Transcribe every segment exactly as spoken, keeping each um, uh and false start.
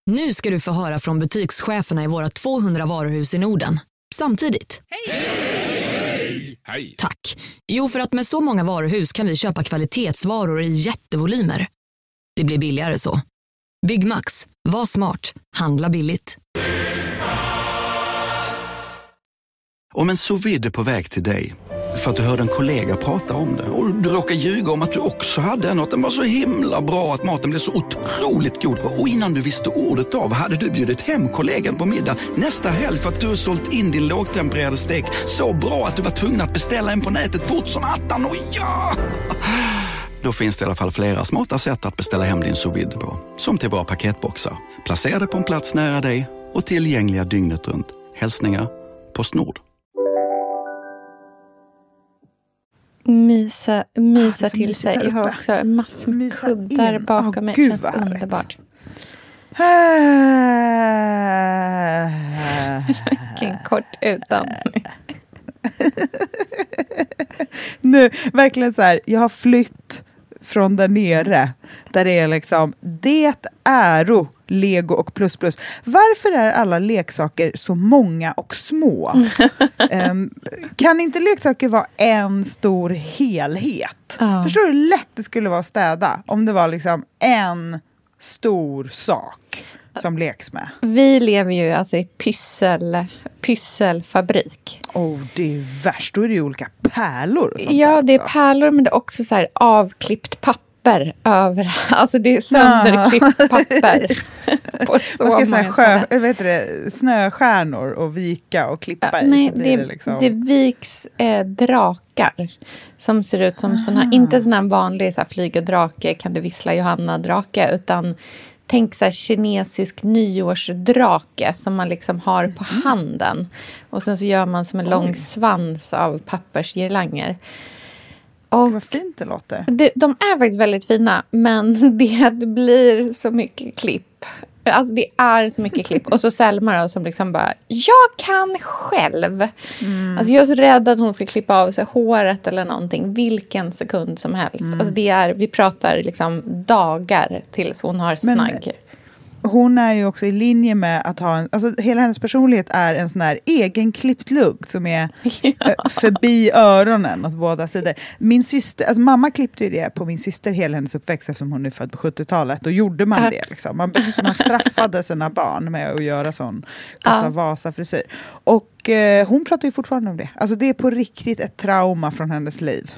Nu ska du få höra från butikscheferna i våra tvåhundra varuhus i Norden. Samtidigt. Hej! Hej! Hej! Tack. Jo, för att med så många varuhus kan vi köpa kvalitetsvaror i jättevolymer. Det blir billigare så. Byggmax. Var smart. Handla billigt. Om en sous vide är på väg till dig för att du hörde en kollega prata om det och du råkar ljuga om att du också hade en och att den var så himla bra att maten blev så otroligt god. Och innan du visste ordet av hade du bjudit hem kollegan på middag nästa helg för att du har sålt in din lågtempererade stek så bra att du var tvungen att beställa en på nätet fort som attan. Och ja! Då finns det i alla fall flera smarta sätt att beställa hem din sous vide på. Som till våra paketboxar. Placerade på en plats nära dig och tillgängliga dygnet runt. Hälsningar Postnord. Mysa, mysa ah, till sig. Jag har också en massa mysa kuddar in. bakom oh, mig. Gud, känns underbart. Vilken kort utan. Nu, verkligen så här, jag har flytt från där nere. Där det är liksom, det är Lego och plus plus. Varför är alla leksaker så många och små? um, kan inte leksaker vara en stor helhet? Ja. Förstår du hur lätt det skulle vara att städa? Om det var liksom en stor sak som leks med. Vi lever ju alltså i pyssel, pysselfabrik. Oh, det är värst. Då är det ju olika pärlor. Och sånt ja, där, det är alltså. pärlor, men det är också så här avklippt papper över. Alltså det är sönderklippt papper. På så Man ska säga sjö, ställen. vet det, snöstjärnor och vika och klippa Ja, i. nej, Så blir det, det, liksom... det viks eh, drakar som ser ut som såna, inte sån här vanlig så här, flyga drake, kan du vissla Johanna drake, utan tänk så här kinesisk nyårsdrake som man liksom har på handen. Och sen så gör man som en Oj. lång svans av pappersgirlanger. Och vad fint det låter. Det, de är faktiskt väldigt fina, men det blir så mycket klipp. Alltså det är så mycket klipp. Och så Selma då, som liksom bara, jag kan själv. Mm. Alltså jag är så rädd att hon ska klippa av sig håret eller någonting. Vilken sekund som helst. Mm. Alltså det är, vi pratar liksom dagar tills hon har snagg. Men hon är ju också i linje med att ha en, alltså hela hennes personlighet är en sån här egenklippt lugg som är ja. förbi öronen åt båda sidor. Min syster, alltså mamma klippte ju det på min syster hela hennes uppväxt eftersom hon är född på sjuttiotalet. Då gjorde man det liksom. Man, man straffade sina barn med att göra sån Gustav ja. Vasa-frisyr. Och eh, hon pratar ju fortfarande om det. Alltså det är på riktigt ett trauma från hennes liv.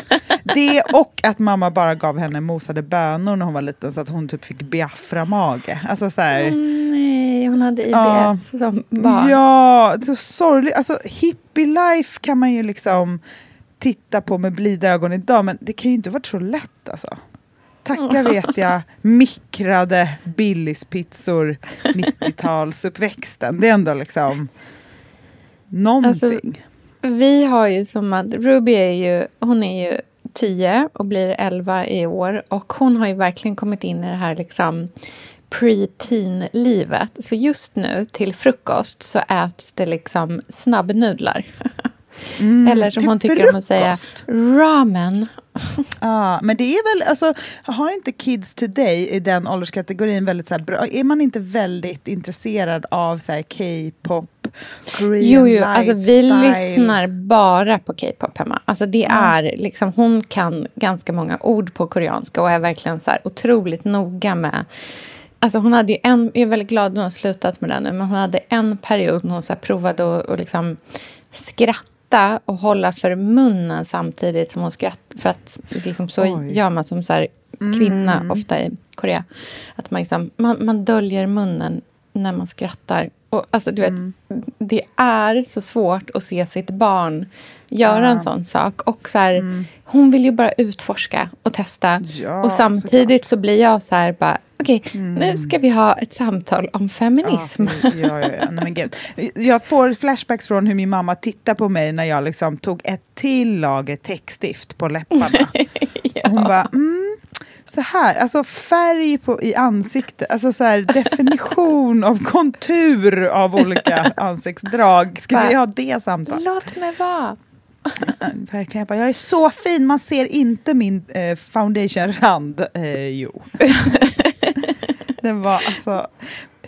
Det och att mamma bara gav henne mosade bönor när hon var liten så att hon typ fick Biafra-mage. Alltså så här, mm, nej, hon hade I B S ja, som barn. Ja, så sorgligt. Alltså hippie life kan man ju liksom titta på med blida ögon idag, men det kan ju inte vara så lätt alltså. Tacka vet jag mikrade Billispizzor nittiotalsuppväxten. Det är ändå liksom någonting. Alltså, vi har ju som att Ruby är ju, hon är ju tio och blir elva i år. Och hon har ju verkligen kommit in i det här liksom pre-teen-livet. Så just nu till frukost så äts det liksom snabbnudlar. Mm, eller som hon tycker frukost. Om att säga ramen. Ja, men det är väl, alltså, har inte kids today i den ålderskategorin väldigt så här bra, är man inte väldigt intresserad av så här K-pop, Korean jo, jo, lifestyle? alltså vi lyssnar bara på K-pop hemma. Alltså det mm. är liksom, hon kan ganska många ord på koreanska och är verkligen så här otroligt noga med. Alltså hon hade ju en, jag är väldigt glad att hon har slutat med det nu, men hon hade en period när hon så här provade att och liksom skratta och hålla för munnen samtidigt som hon skrattar. För att liksom, så Oj. Gör man som så här, kvinna mm. ofta i Korea. Att man, liksom, man, man döljer munnen när man skrattar. Och, alltså, du vet, mm. det är så svårt att se sitt barn göra ja. En sån sak. Och så här, mm. hon vill ju bara utforska och testa. Ja, och samtidigt så, så blir jag så här bara, okej, okay, mm. nu ska vi ha ett samtal om feminism. Ja, ja, ja, ja. Nej, men gud. Jag får flashbacks från hur min mamma tittar på mig när jag liksom tog ett till lager täckstift på läpparna. ja. Hon bara, mm, så här, alltså färg på, i ansiktet, alltså så här definition av kontur av olika ansiktsdrag. Ska Va? Vi ha det samtal? Låt mig vara. Verkligen. Jag är så fin. Man ser inte min eh, foundation-rand. Eh, jo. Den var alltså...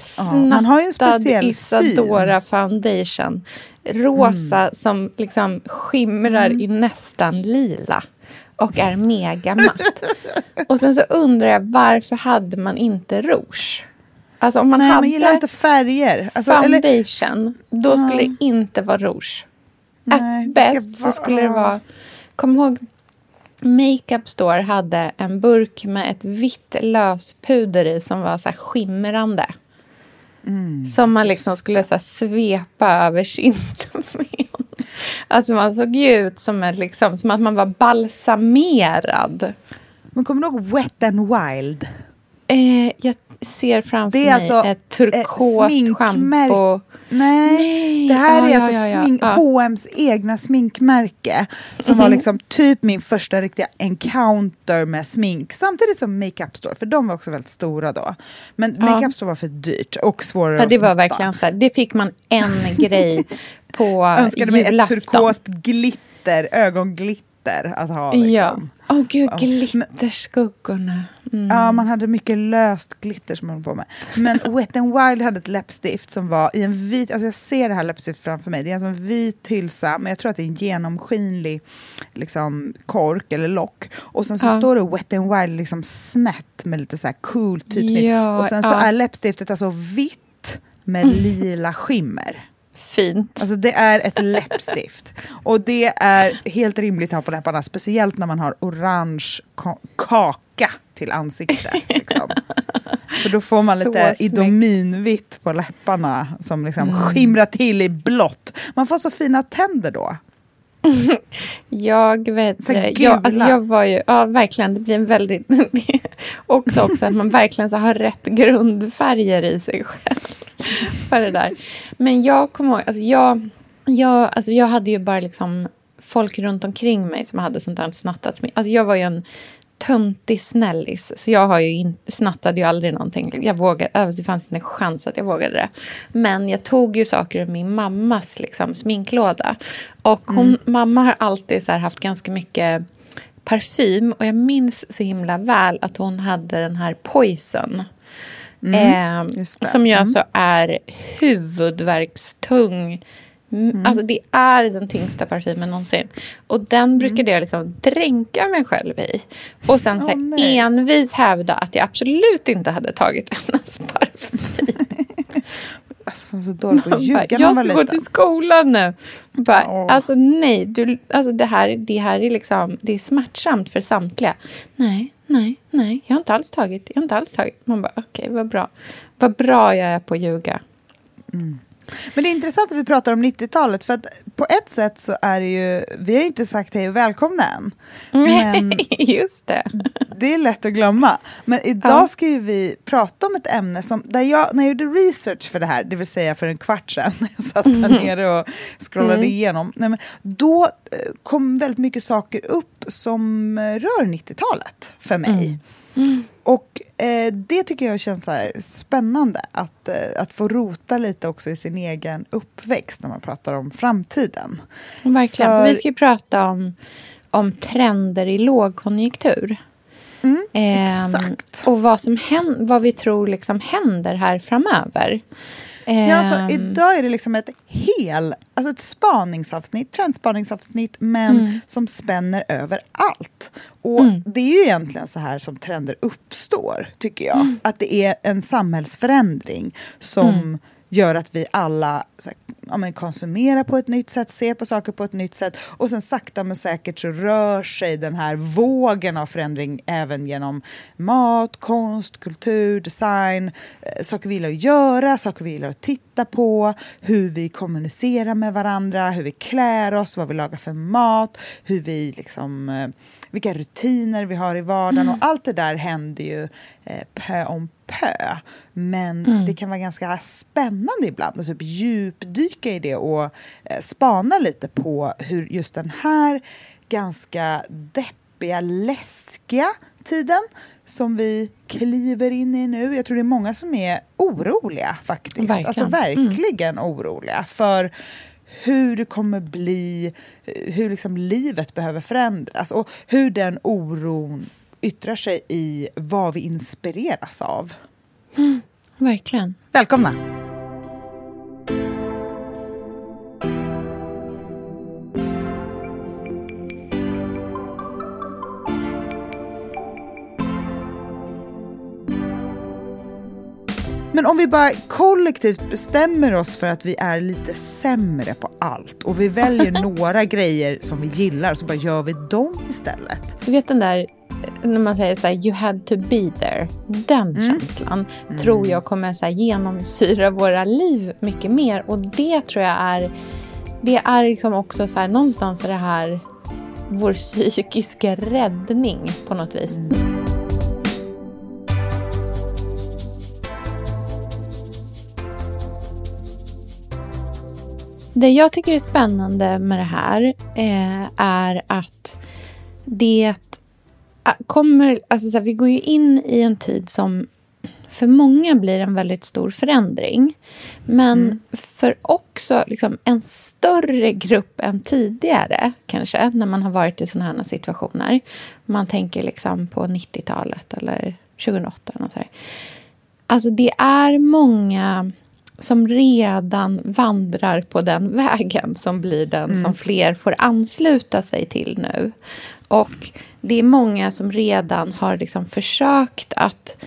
snattad man har ju en speciell Isadora foundation. Rosa mm. som liksom skimrar mm. i nästan lila. Och är mega matt. Och sen så undrar jag, varför hade man inte rouge? Alltså om man Nej, hade man gillar inte färger. Alltså, foundation, eller... då skulle det inte vara rouge. Nej, Att bäst så skulle det vara... Kom ihåg, Makeup Store hade en burk med ett vitt löspuder i som var så här skimrande. Mm. Som man liksom skulle så här svepa över kinden med. Alltså man såg ju ut som, en, liksom, som att man var balsamerad. Men kommer du ihåg Wet and Wild? Eh, jag ser framför mig alltså ett turkost shampoo. Nej, Nej, det här ja, är alltså ja, ja, smink, ja. H och M's egna sminkmärke. Som mm-hmm. var liksom typ min första riktiga encounter med smink. Samtidigt som Makeup Store, för de var också väldigt stora då. Men ja. Makeup Store var för dyrt och svårare ja, att det var snappa. Verkligen så här, det fick man en grej på julafton. Önskade mig ett turkost glitter, ögonglitter att ha. Liksom. Ja, åh oh, gud, glitterskuggorna. Mm. Ja, man hade mycket löst glitter som man höll på med. Men Wet and Wild hade ett läppstift som var i en vit, alltså jag ser det här läppstiftet framför mig. Det är en sån vit hylsa, men jag tror att det är en genomskinlig liksom, kork eller lock. Och sen så ja. står det Wet and Wild liksom snett med lite så här cool typsnitt. Ja, och sen så ja. är läppstiftet alltså vitt med mm. lila skimmer. Fint. Alltså det är ett läppstift. Och det är helt rimligt att ha på läpparna. Speciellt när man har orange ka- kaka till ansiktet. Liksom. För då får man lite idominvitt på läpparna. Som liksom mm. skimrar till i blått. Man får så fina tänder då. Jag vet det. Jag, alltså jag var ju, ja verkligen, det blir en väldigt... också, också att man verkligen så har rätt grundfärger i sig själv. För det där. Men jag kommer ihåg, alltså jag, jag, alltså jag hade ju bara liksom folk runt omkring mig som hade sånt där snattat. Alltså jag var ju en töntig snällis. Så jag har ju in, snattade ju aldrig någonting. Jag vågade, alltså det fanns inte en chans att jag vågade det. Men jag tog ju saker ur min mammas liksom, sminklåda. Och hon, mm. mamma har alltid så här haft ganska mycket parfym. Och jag minns så himla väl att hon hade den här Poison. Mm, eh, som ju mm. alltså är huvudvärkstung. Mm. Alltså det är den tyngsta parfymen någonsin. Och den brukade mm. jag liksom dränka mig själv i. Och sen så oh, envis hävda att jag absolut inte hade tagit hennes parfym. Alltså, så dåligt på att ljuga. Jag ska gå till skolan nu. Bara, oh. Alltså nej, du, alltså, det, här, det här är liksom, det är smärtsamt för samtliga. Nej, nej, nej, jag har inte alls tagit. Jag har inte alls tagit. Man bara, okej, okay, vad bra. Vad bra jag är på att ljuga. Mm. Men det är intressant att vi pratar om nittiotalet, för att på ett sätt så är det ju, vi har ju inte sagt hej och välkomna än. Men just det. Det är lätt att glömma. Men idag ja. ska ju vi prata om ett ämne som, där jag, när jag gjorde research för det här, det vill säga för en kvart sedan, jag satt där mm. nere och scrollade mm. igenom, nej men, då kom väldigt mycket saker upp som rör nittiotalet för mig. Mm. Mm. Och eh, det tycker jag känns så här spännande att, eh, att få rota lite också i sin egen uppväxt när man pratar om framtiden. Verkligen, för, för vi ska ju prata om, om trender i lågkonjunktur. Mm, eh, exakt. Och vad, som hän- vad vi tror liksom händer här framöver. Ja, alltså, idag är det liksom ett hel, alltså ett spaningsavsnitt, trendspaningsavsnitt, men mm. som spänner över allt. Och mm. det är ju egentligen så här som trender uppstår, tycker jag. Mm. Att det är en samhällsförändring som mm. gör att vi alla så här, ja, men konsumerar på ett nytt sätt, ser på saker på ett nytt sätt. Och sen sakta men säkert så rör sig den här vågen av förändring även genom mat, konst, kultur, design. Eh, saker vi gillar att göra, saker vi gillar att titta på. Hur vi kommunicerar med varandra, hur vi klär oss, vad vi lagar för mat. Hur vi liksom, eh, vilka rutiner vi har i vardagen. Mm. Och allt det där händer ju eh, pö om pö. Men mm. det kan vara ganska spännande ibland att typ djupdyka i det och eh, spana lite på hur just den här ganska deppiga, läskiga tiden som vi kliver in i nu. Jag tror det är många som är oroliga faktiskt. Verkligen. Alltså verkligen mm. oroliga för hur det kommer bli, hur liksom livet behöver förändras och hur den oron yttrar sig i vad vi inspireras av. Mm. Verkligen. Välkomna! Men om vi bara kollektivt bestämmer oss för att vi är lite sämre på allt och vi väljer några grejer som vi gillar, så bara gör vi dem istället. Du vet den där, när man säger så här, you had to be there, den mm. känslan mm. tror jag kommer så här genomsyra våra liv mycket mer. Och det tror jag är, det är liksom också så här, någonstans är det här vår psykiska räddning på något vis. Mm. Det jag tycker är spännande med det här eh, är att det kommer, alltså så här, vi går ju in i en tid som för många blir en väldigt stor förändring. Men mm. för också liksom en större grupp än tidigare kanske, när man har varit i sådana här situationer. Man tänker liksom på nittiotalet eller tjugohundraåtta. Och så här. Alltså det är många som redan vandrar på den vägen som blir den mm. som fler får ansluta sig till nu. Och det är många som redan har liksom försökt att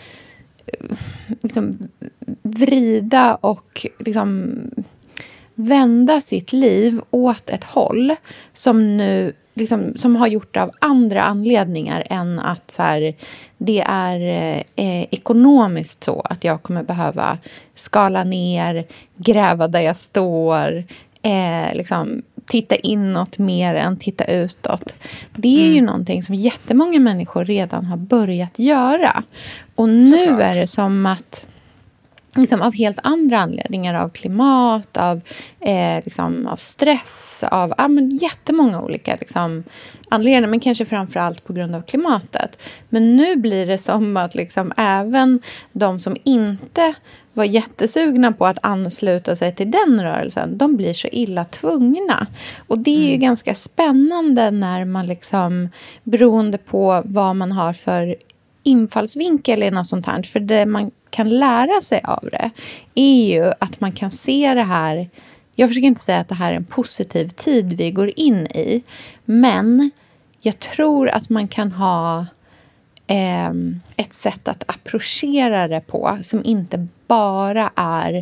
liksom vrida och liksom vända sitt liv åt ett håll som nu liksom, som har gjort av andra anledningar än att så här, det är eh, ekonomiskt så att jag kommer behöva skala ner, gräva där jag står, eh, liksom titta inåt mer än titta utåt. Det är mm. ju någonting som jättemånga människor redan har börjat göra. Och nu Såklart. Är det som att liksom, av helt andra anledningar, av klimat, av, eh, liksom, av stress, av ah, men jättemånga olika liksom, anledningar, men kanske framförallt på grund av klimatet. Men nu blir det som att liksom, även de som inte var jättesugna på att ansluta sig till den rörelsen, de blir så illa tvungna. Och det är ju mm. ganska spännande när man liksom, beroende på vad man har för infallsvinkel eller något sånt här, för det man kan lära sig av det är ju att man kan se det här. Jag försöker inte säga att det här är en positiv tid vi går in i, men jag tror att man kan ha eh, ett sätt att approchera det på som inte bara är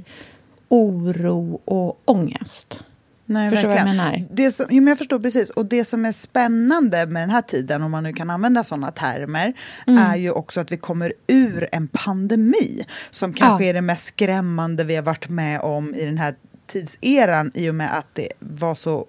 oro och ångest. Nej, förstår verkligen. Vad jag menar? Det som, jo, men jag förstår precis. Och det som är spännande med den här tiden, om man nu kan använda sådana termer, mm. är ju också att vi kommer ur en pandemi som kanske ja. är det mest skrämmande vi har varit med om i den här tidseran, i och med att det var så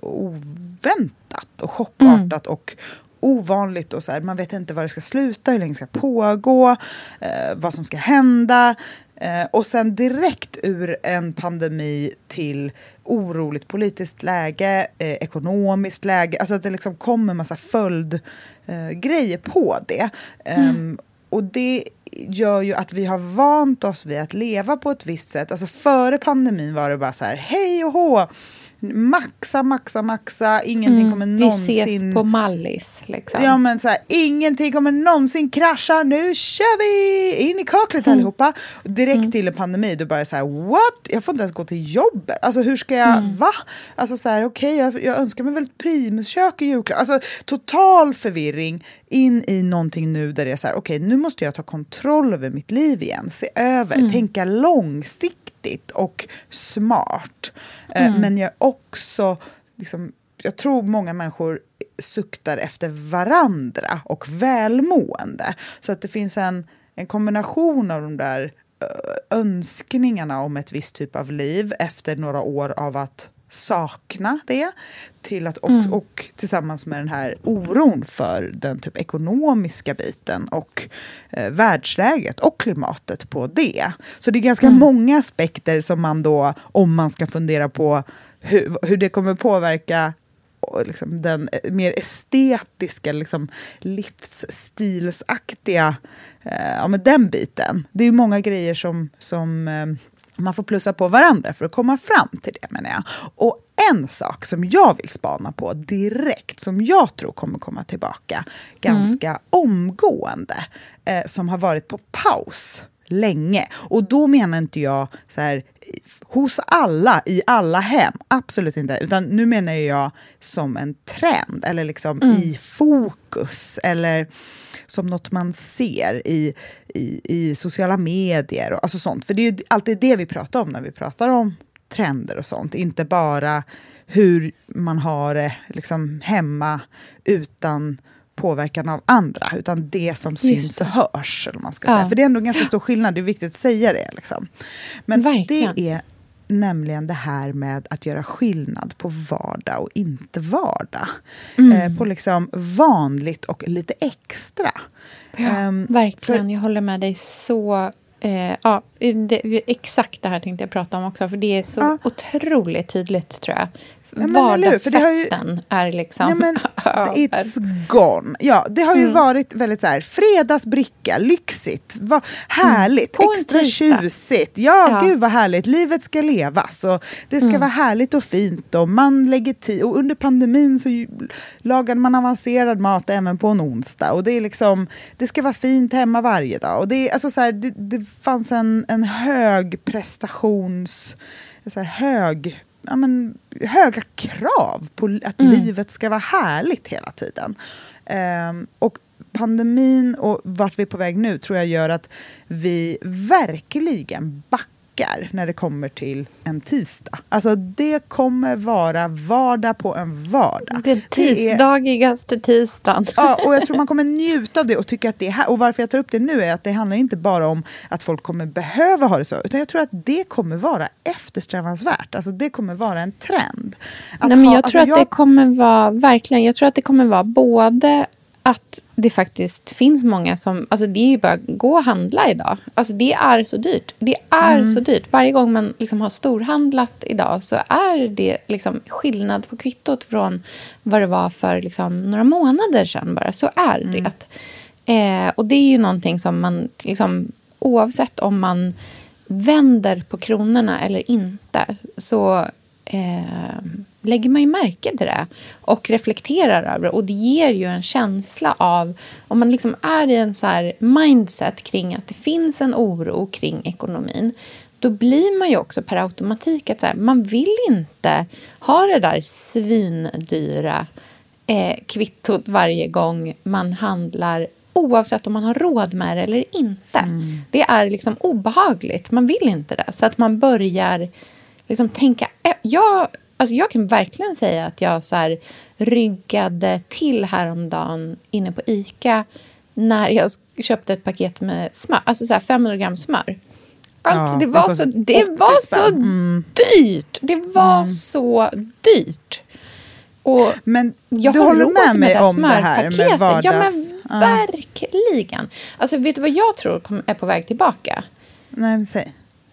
oväntat och chockartat mm. och ovanligt och så här, man vet inte var det ska sluta, hur länge det ska pågå, eh, vad som ska hända. Eh, och sen direkt ur en pandemi till oroligt politiskt läge, eh, ekonomiskt läge. Alltså att det liksom kommer en massa följdgrejer eh, på det. Mm. Um, och det gör ju att vi har vant oss vid att leva på ett visst sätt. Alltså före pandemin var det bara så här, hej och hå! Maxa, maxa, maxa. Ingenting mm, kommer någonsin... Vi ses på Mallis, liksom. Ja, men så här, ingenting kommer någonsin krascha. Nu kör vi in i kaklet mm. allihopa. Direkt mm. till en pandemi, du bara så här, what? Jag får inte ens gå till jobbet. Alltså, hur ska jag... Mm. Va? Alltså, så här, okej, okay, jag, jag önskar mig väl ett primuskök i julklapp. Alltså, total förvirring in i någonting nu där det är så här, okej, okay, nu måste jag ta kontroll över mitt liv igen. Se över, mm. tänka långsiktigt och smart. Mm. Men jag också liksom, jag tror många människor suktar efter varandra och välmående. Så att det finns en, en kombination av de där önskningarna om ett visst typ av liv efter några år av att sakna det till att och, mm. och tillsammans med den här oron för den typ ekonomiska biten och eh, världsläget och klimatet på det. Så det är ganska mm. många aspekter som man då, om man ska fundera på hur, hur det kommer påverka liksom den mer estetiska liksom livsstilsaktiga eh, ja, men den biten. Det är ju många grejer som, som eh, man får plussa på varandra för att komma fram till det, menar jag. Och en sak som jag vill spana på direkt, som jag tror kommer komma tillbaka ganska mm. omgående, eh, som har varit på paus länge. Och då menar inte jag så här, hos alla, i alla hem. Absolut inte. Utan nu menar jag som en trend. Eller liksom mm. i fokus. Eller som något man ser i, i, i sociala medier. Och, alltså sånt. För det är ju alltid det vi pratar om när vi pratar om trender och sånt. Inte bara hur man har det liksom hemma utan påverkan av andra, utan det som syns och hörs, eller man ska ja. säga. För det är ändå en ganska stor skillnad, det är viktigt att säga det. Liksom. Men verkligen. Det är nämligen det här med att göra skillnad på vardag och inte vardag. Mm. Eh, på liksom vanligt och lite extra. Ja, um, verkligen, för, jag håller med dig så... Eh, ja, det, exakt det här tänkte jag prata om också, för det är så ja. otroligt tydligt, tror jag. Ja, vardagsfesten ju, är liksom... Ja, men, it's gone. Ja, det har ju mm. varit väldigt så här, fredagsbricka, lyxigt, va, härligt, mm. extra tjusigt. Ja, ja, gud vad härligt. Livet ska levas och det ska mm. vara härligt och fint och man lägger tid. Och under pandemin så lagade man avancerad mat även på en onsdag. Och det är liksom, det ska vara fint hemma varje dag. Och det är alltså så här, det, det fanns en, en hög prestations... Så här, hög... Ja, men, höga krav på att mm. livet ska vara härligt hela tiden. Um, och pandemin och vart vi är på väg nu tror jag gör att vi verkligen backar när det kommer till en tisdag. Alltså det kommer vara vardag på en vardag. Den tisdagigaste är, tisdagen. Ja, och jag tror man kommer njuta av det och tycka att det är här. Och varför jag tar upp det nu är att det handlar inte bara om att folk kommer behöva ha det så, utan jag tror att det kommer vara eftersträvansvärt. Alltså det kommer vara en trend. Att Nej, men jag ha, tror alltså att jag... det kommer vara, verkligen, jag tror att det kommer vara både att det faktiskt finns många som... Alltså det är ju bara gå och handla idag. Alltså det är så dyrt. Det är mm. så dyrt. Varje gång man liksom har storhandlat idag så är det liksom skillnad på kvittot från vad det var för liksom några månader sedan bara. Så är mm. det. Eh, och det är ju någonting som man liksom... Oavsett om man vänder på kronorna eller inte så... Eh, lägger man ju märke till det och reflekterar över det. Och det ger ju en känsla av, om man liksom är i en så här mindset kring att det finns en oro kring ekonomin, då blir man ju också per automatik att så här, man vill inte ha det där svindyra eh, kvittot varje gång man handlar, oavsett om man har råd med det eller inte. Mm. Det är liksom obehagligt. Man vill inte det. Så att man börjar liksom tänka, jag Alltså jag kan verkligen säga att jag så här ryggade till häromdagen inne på ICA när jag köpte ett paket med smör. Alltså så här femhundra gram smör. Alltså ja, det var så, det var så mm. dyrt. Det var mm. så dyrt. Och men jag du håller med mig med om det här med vardags... Ja, men verkligen. Alltså vet du vad jag tror är på väg tillbaka? Nej, säg.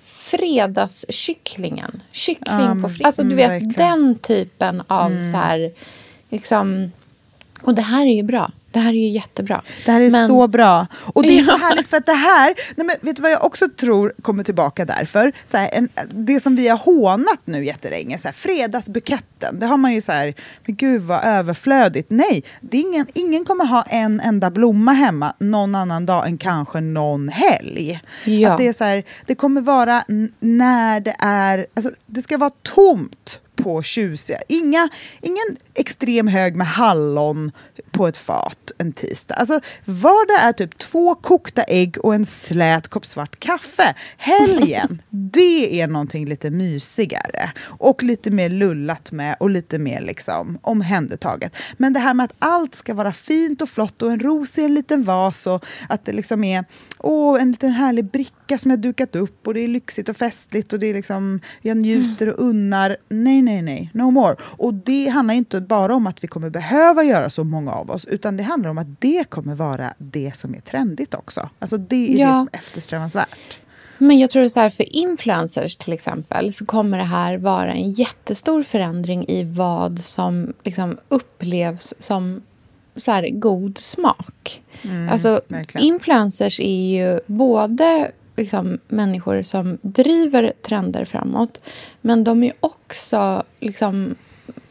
Fredagskycklingen. Kyckling um, på fredag. Alltså du vet, verkligen. Den typen av mm. så här, liksom, och det här är ju bra. Det här är ju jättebra. Det här är men, så bra. Och det är så härligt för att det här, nej men vet du vad jag också tror kommer tillbaka därför? Så här, en, det som vi har hånat nu jättelänge, så här, fredagsbuketten. Det har man ju så här, men gud vad överflödigt. Nej, det är ingen, ingen kommer ha en enda blomma hemma någon annan dag än kanske någon helg. Ja. Att det är så här, det kommer vara n- när det är, alltså det ska vara tomt på tjusiga. Inga, ingen extrem hög med hallon på ett fat en tisdag. Alltså vad det är typ två kokta ägg och en slät kopp svart kaffe. Helgen, det är någonting lite mysigare. Och lite mer lullat med och lite mer liksom omhändertaget. Men det här med att allt ska vara fint och flott och en ros i en liten vas och att det liksom är åh, en liten härlig bricka som jag dukat upp och det är lyxigt och festligt och det är liksom jag njuter och unnar. Nej, nej, nej. No more. Och det handlar inte bara om att vi kommer behöva göra så många av oss, utan det handlar om att det kommer vara det som är trendigt också. Alltså det är ja. det som är eftersträvansvärt. Men jag tror så här, för influencers till exempel så kommer det här vara en jättestor förändring i vad som liksom upplevs som så här god smak. Mm, alltså verkligen. Influencers är ju både liksom människor som driver trender framåt, men de är också liksom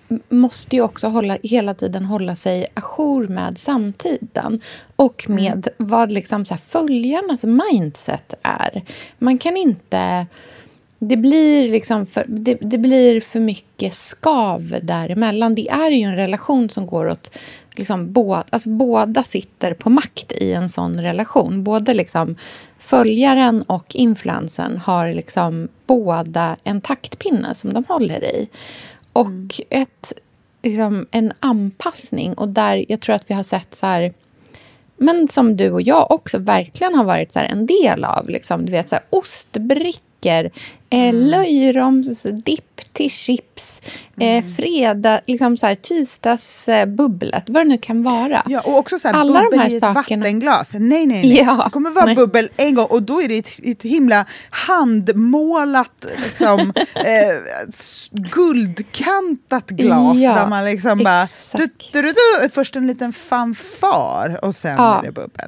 måste ju också hålla, hela tiden hålla sig ajour med samtiden. Och med mm. vad liksom så här följarnas mindset är. Man kan inte... Det blir, liksom för, det, det blir för mycket skav däremellan. Det är ju en relation som går åt... Liksom, båda, alltså, båda sitter på makt i en sån relation. Både liksom, följaren och influensen har liksom, båda en taktpinne som de håller i. Och mm. ett, liksom, en anpassning. Och där jag tror att vi har sett så här... Men som du och jag också verkligen har varit så här, en del av. Liksom, du vet, så här, ostbrickor. Eh, mm. Löjroms, dipp till chips, mm. eh, fredag, liksom så här, tisdagsbubblet, eh, vad det nu kan vara. Ja, och också så här, alla bubbel de här i ett sakerna. Vattenglas. Nej, nej, nej. Ja, det kommer vara nej. bubbel en gång och då är det ett, ett himla handmålat liksom, eh, guldkantat glas ja, där man liksom bara du, du, du, du, först en liten fanfar och sen ja. Är det bubbel.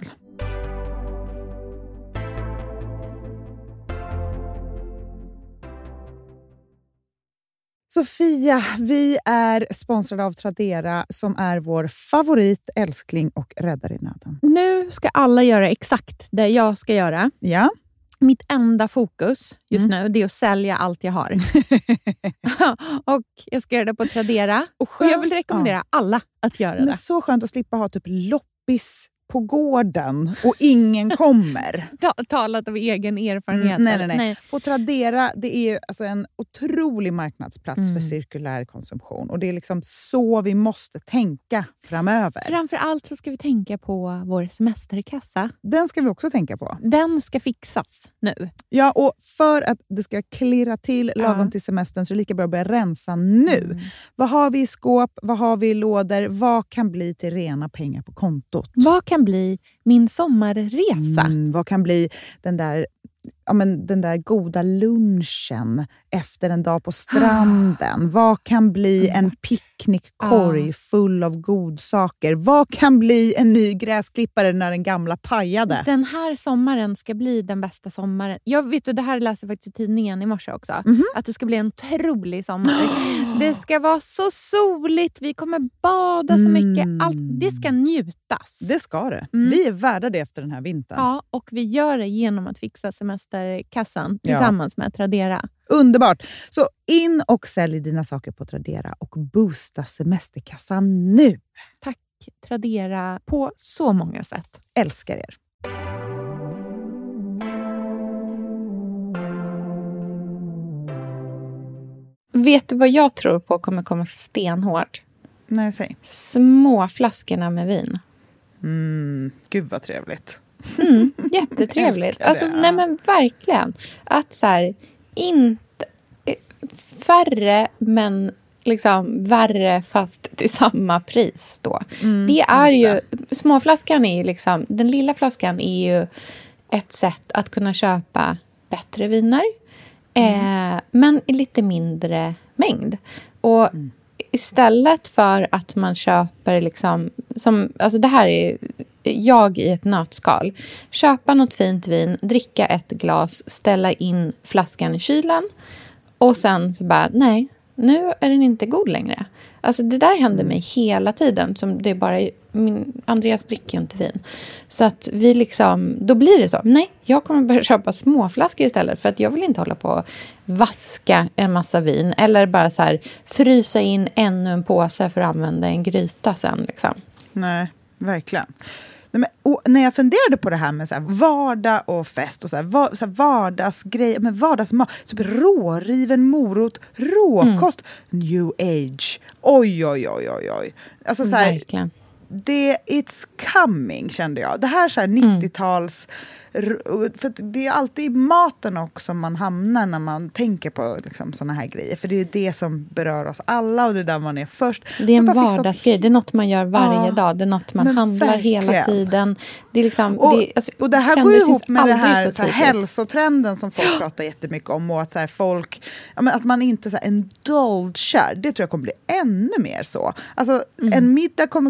Sofia, vi är sponsrade av Tradera som är vår favorit, älskling och räddare i nöden. Nu ska alla göra exakt det jag ska göra. Ja. Mitt enda fokus just mm. nu det är att sälja allt jag har. Och jag ska göra det på Tradera. Och, och jag vill rekommendera ja. alla att göra Men det. Så skönt att slippa ha typ loppis på gården och ingen kommer. Talat av egen erfarenhet. Mm, nej, nej, nej, nej. På Tradera, det är alltså en otrolig marknadsplats mm. för cirkulär konsumtion. Och det är liksom så vi måste tänka framöver. Framför allt så ska vi tänka på vår semesterkassa. Den ska vi också tänka på. Den ska fixas nu. Ja, och för att det ska klirra till lagom ja. till semestern så är det lika bra att börja rensa nu. Mm. Vad har vi i skåp? Vad har vi i lådor? Vad kan bli till rena pengar på kontot? Vad kan bli min sommarresa? Mm, vad kan bli den där, ja, men den där goda lunchen efter en dag på stranden? Vad kan bli en picknickkorg full av godsaker? Vad kan bli en ny gräsklippare när den gamla pajade? Den här sommaren ska bli den bästa sommaren. Jag vet, och det här läser jag faktiskt i tidningen i morse också. Mm-hmm. Att det ska bli en otrolig sommar. Det ska vara så soligt. Vi kommer bada så mycket. Mm. Allt, det ska njutas. Det ska det. Mm. Vi är värda det efter den här vintern. Ja, och vi gör det genom att fixa semesterkassan tillsammans ja. med Tradera. Underbart! Så in och sälj dina saker på Tradera och boosta semesterkassan nu. Tack Tradera på så många sätt. Älskar er. Vet du vad jag tror på kommer komma stenhårt? Nej, säg. Små flaskorna med vin. Mm, gud vad trevligt. Mm, jättetrevligt. Alltså, nej men verkligen. Att så här, inte färre men liksom värre fast till samma pris då. Mm, det är ju, småflaskan är ju liksom, den lilla flaskan är ju ett sätt att kunna köpa bättre viner. Mm. Eh, men i lite mindre mängd. Och mm. istället för att man köper liksom, som, alltså det här är jag i ett nötskal. Köpa något fint vin, dricka ett glas, ställa in flaskan i kylen och sen så bara, nej, nu är den inte god längre. Alltså det där händer mig hela tiden. Som det är bara, min, Andreas dricker ju inte vin. Så att vi liksom, då blir det så. Nej, jag kommer börja köpa småflaskor istället. För att jag vill inte hålla på och vaska en massa vin. Eller bara så här frysa in ännu en påse för att använda en gryta sen liksom. Nej, verkligen. Nej, men, och när jag funderade på det här med så här, vardag och fest och så här, var, så här, vardagsgrejer, men vardagsmat, typ råriven morot, råkost, mm. new age. Oj, oj, oj, oj, oj. Alltså så här, verkligen. Det, it's coming, kände jag. Det här så här nittio-tals... Mm. För det är alltid i maten också man hamnar när man tänker på liksom, såna här grejer. För det är det som berör oss alla och det är där man är först. Det är en vardagsgrej. Det är något man gör varje ja, dag. Det är något man handlar verkligen. hela tiden. Det är liksom, och, det, alltså, och det här går ju ihop med det här, så så här hälsotrenden som folk pratar jättemycket om. Och att, så här, folk, ja, men att man inte så här, indulgar. Det tror jag kommer bli ännu mer så. Alltså, mm. en middag kommer kunna vara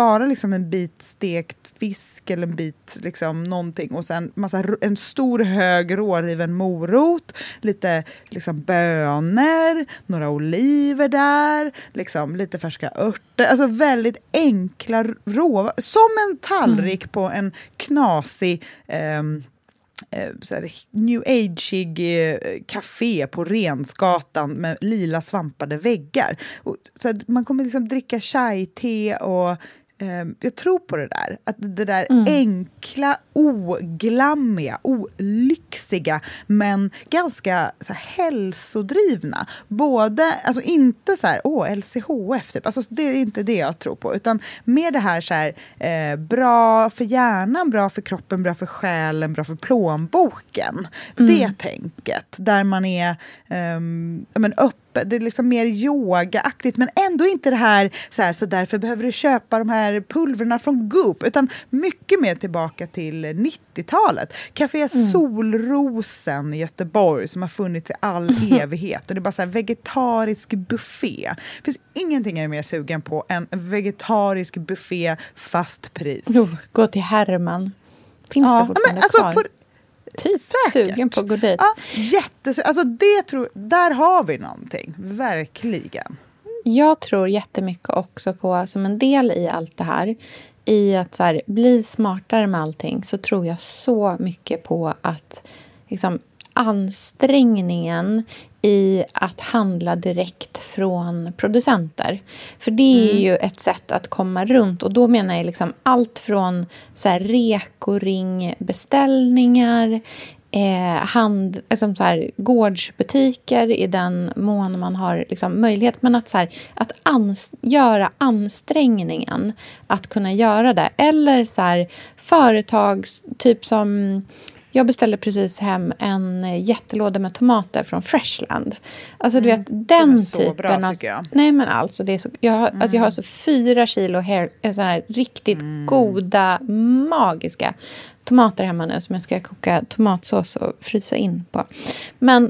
vara liksom en bit stekt fisk eller en bit liksom någonting och sen massa, en stor hög råriven morot, lite liksom bönor, några oliver där, liksom lite färska örter, alltså väldigt enkla råvaror, som en tallrik mm. på en knasig ehm, så här, new age-ig eh, café på Rensgatan med lila svampade väggar. Och, så här, man kommer liksom dricka chai-te och eh, jag tror på det där. Att det där mm. enkla, oglammiga, olyxiga men ganska så här, hälsodrivna. Både, alltså inte så här, åh, L C H F typ. Alltså det är inte det jag tror på. Utan mer det här så här, eh, bra för hjärnan, bra för kroppen, bra för själen, bra för plånboken. Mm. Det tänket. Där man är eh, men öppen. Det är liksom mer yogaaktigt, men ändå inte det här så, här, så därför behöver du köpa de här pulverna från Goop, utan mycket mer tillbaka till nittiotalet. Café mm. Solrosen i Göteborg som har funnits i all evighet. Och det är bara så här vegetarisk buffé. Det finns ingenting jag är mer sugen på än vegetarisk buffé fast pris. Jo, gå till Herman. Finns ja, det fortfarande men, alltså, kvar? På, typ säkert. Sugen på att gå dit. Ja, jättesugen. Alltså det tror, där har vi någonting. Verkligen. Jag tror jättemycket också på, som en del i allt det här, i att så här, bli smartare med allting, så tror jag så mycket på att liksom, ansträngningen i att handla direkt från producenter. För det är mm. ju ett sätt att komma runt. Och då menar jag liksom allt från så här rekoringbeställningar, eh, hand, liksom så här, gårdsbutiker i den mån man har liksom möjlighet. Men att, så här, att ans- göra ansträngningen att kunna göra det. Eller så här, företag typ som... Jag beställde precis hem en jättelåda med tomater från Freshland. Alltså du vet, mm, den så typen bra, av... tycker jag. Nej men alltså, det är så, jag, har, mm. alltså, jag har så fyra kilo hair, såna här riktigt mm. goda, magiska tomater hemma nu som jag ska koka tomatsås och frysa in på. Men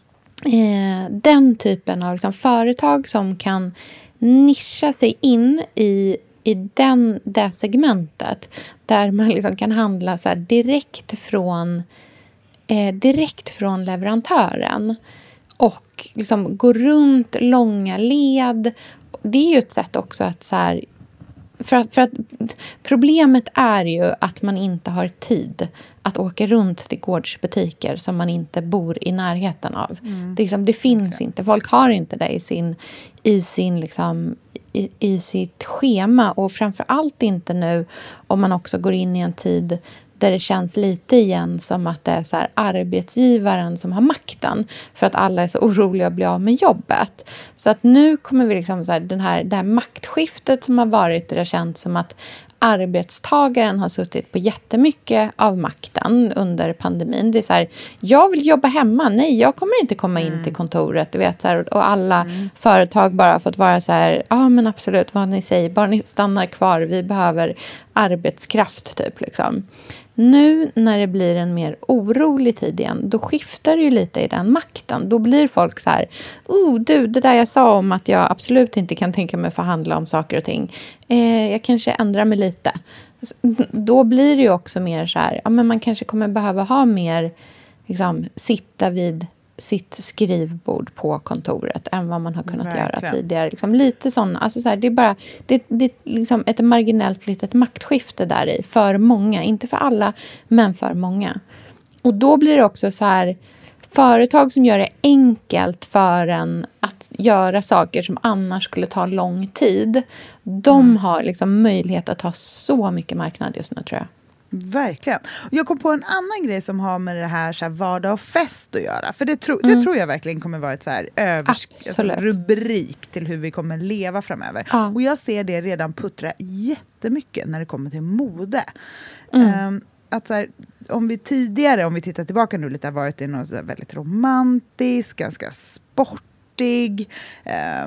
eh, den typen av liksom, företag som kan nischa sig in i i den, det segmentet där man liksom kan handla så här direkt från eh, direkt från leverantören och liksom gå runt långa led. Det är ju ett sätt också att så här, för att, för att problemet är ju att man inte har tid att åka runt till gårdsbutiker som man inte bor i närheten av. Mm. Det, liksom, det finns okay. inte. Folk har inte det i sin, i sin liksom, i, i sitt schema. Och framförallt inte nu om man också går in i en tid där det känns lite igen som att det är så här arbetsgivaren som har makten. För att alla är så oroliga att bli av med jobbet. Så att nu kommer vi liksom så här, den här, det här maktskiftet som har varit, där det känns som att arbetstagaren har suttit på jättemycket av makten under pandemin. Det är så här, jag vill jobba hemma. Nej, jag kommer inte komma in mm. till kontoret. Du vet, så här, och alla mm. företag bara har fått vara så här, ja ah, men absolut, vad ni säger, bara ni stannar kvar. Vi behöver arbetskraft typ liksom. Nu när det blir en mer orolig tid igen, då skiftar det ju lite i den makten. Då blir folk så här, oh du, det där jag sa om att jag absolut inte kan tänka mig förhandla om saker och ting. Eh, jag kanske ändrar mig lite. Då blir det ju också mer så här, ja men man kanske kommer behöva ha mer, liksom, sitta vid sitt skrivbord på kontoret än vad man har kunnat Verkligen. göra tidigare. Liksom lite sådana, alltså så här, det är bara det, det är liksom ett marginellt litet maktskifte där i för många, inte för alla men för många. Och då blir det också så här, företag som gör det enkelt för en att göra saker som annars skulle ta lång tid, de mm. har liksom möjlighet att ha så mycket marknad just nu, tror jag. Verkligen. Jag kom på en annan grej som har med det här, så här vardag och fest att göra. För det, tro, mm. det tror jag verkligen kommer vara ett så här övers- alltså, rubrik till hur vi kommer leva framöver. Ja. Och jag ser det redan puttra jättemycket när det kommer till mode. Mm. Um, att så här, om vi tidigare, om vi tittar tillbaka nu lite, har varit i något så här väldigt romantiskt, ganska sportig, eh,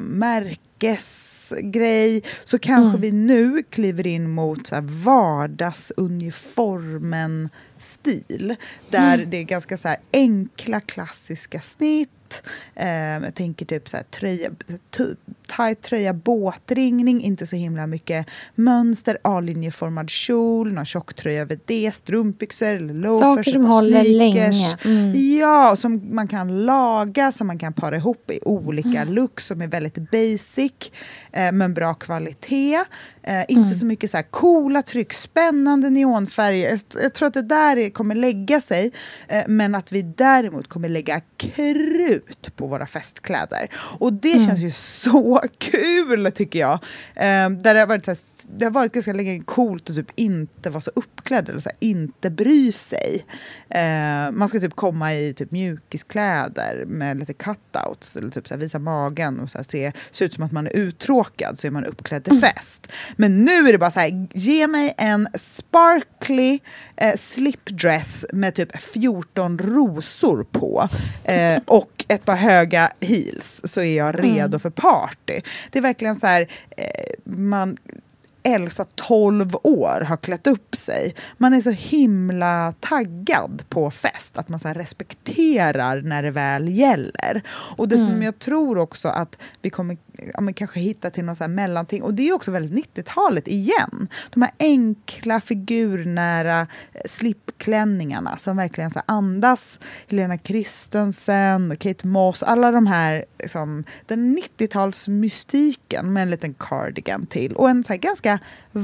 märkesgrej, så kanske mm. vi nu kliver in mot så här vardagsuniformen stil. Där mm. det är ganska så här enkla klassiska snitt. Eh, jag tänker typ så här tröja, t- tight tröja, båtringning, inte så himla mycket mönster, A-linjeformad kjol, någon tjocktröja över det, strumpbyxor eller loafers. Saker som håller länge. Mm. Ja, som man kan laga, som man kan para ihop i olika mm. looks som är väldigt basic, eh, men bra kvalitet. Eh, inte mm. så mycket så här coola tryck, spännande neonfärger. Jag, jag tror att det där kommer lägga sig, eh, men att vi däremot kommer lägga krut på våra festkläder. Och det mm. känns ju så kul, tycker jag. Eh, där det, har varit så här, det har varit ganska länge coolt att typ inte vara så uppklädd eller så här, inte bry sig. Eh, man ska typ komma i typ mjukiskläder med lite cutouts eller typ så här, visa magen och så här, se, se ut som att man är uttråkad, så är man uppklädd till fest. Men nu är det bara så här, ge mig en sparkly eh, slipdress med typ fjorton rosor på eh, och ett par höga heels, så är jag redo mm. för party. Det är verkligen så här, eh, man... Elsa tolv år har klätt upp sig. Man är så himla taggad på fest att man så här respekterar när det väl gäller. Och det mm. som jag tror också att vi kommer ja, men kanske hitta till något så här mellanting, och det är ju också väldigt nittiotalet igen. De här enkla figurnära slipklänningarna som verkligen så här andas Helena Christensen och Kate Moss, alla de här liksom, den nittiotalsmystiken med en liten cardigan till och en så här ganska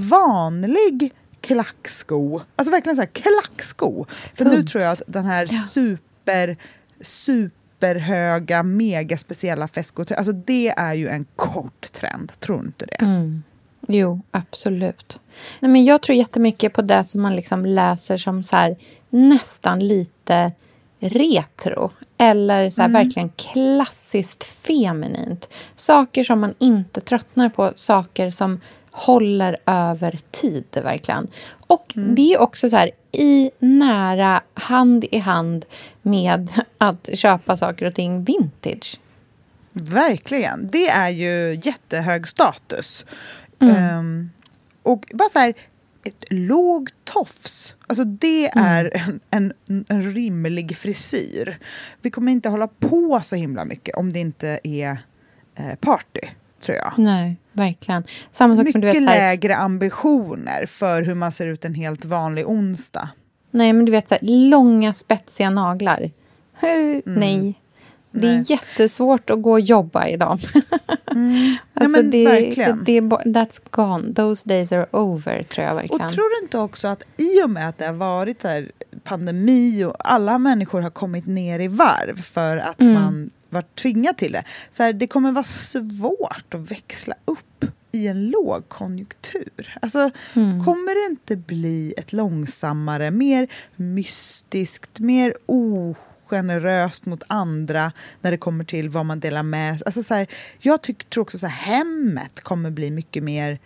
vanlig klacksko. Alltså verkligen så här klacksko. För Punt. Nu tror jag att den här ja. super superhöga, mega speciella festskor, alltså det är ju en kort trend. Tror inte det? Mm. Jo, absolut. Nej, men jag tror jättemycket på det som man liksom läser som så här, nästan lite retro. Eller så här, mm. verkligen klassiskt feminint. Saker som man inte tröttnar på. Saker som håller över tid, verkligen. Och mm. det är också så här i nära hand i hand med att köpa saker och ting vintage. Verkligen. Det är ju jättehög status. Mm. Um, och bara så här, ett låg tofs. Alltså det mm. är en, en, en rimlig frisyr. Vi kommer inte hålla på så himla mycket om det inte är eh, party, tror jag. Nej, verkligen. Samma sak mycket som du vet, så här, lägre ambitioner för hur man ser ut en helt vanlig onsdag. Nej, men du vet så här, långa spetsiga naglar. Mm. Nej. Det är Nej. jättesvårt att gå och jobba i dem. Mm. alltså ja, men det, verkligen. Det, det, that's gone. Those days are over, tror jag verkligen. Och tror du inte också att i och med att det har varit så här pandemi och alla människor har kommit ner i varv för att mm. man var tvingad till det. Så här, det kommer vara svårt att växla upp i en lågkonjunktur. Alltså, mm. kommer det inte bli ett långsammare, mer mystiskt, mer ogeneröst mot andra när det kommer till vad man delar med? Alltså, så här, jag tycker, tror också att hemmet kommer bli mycket mer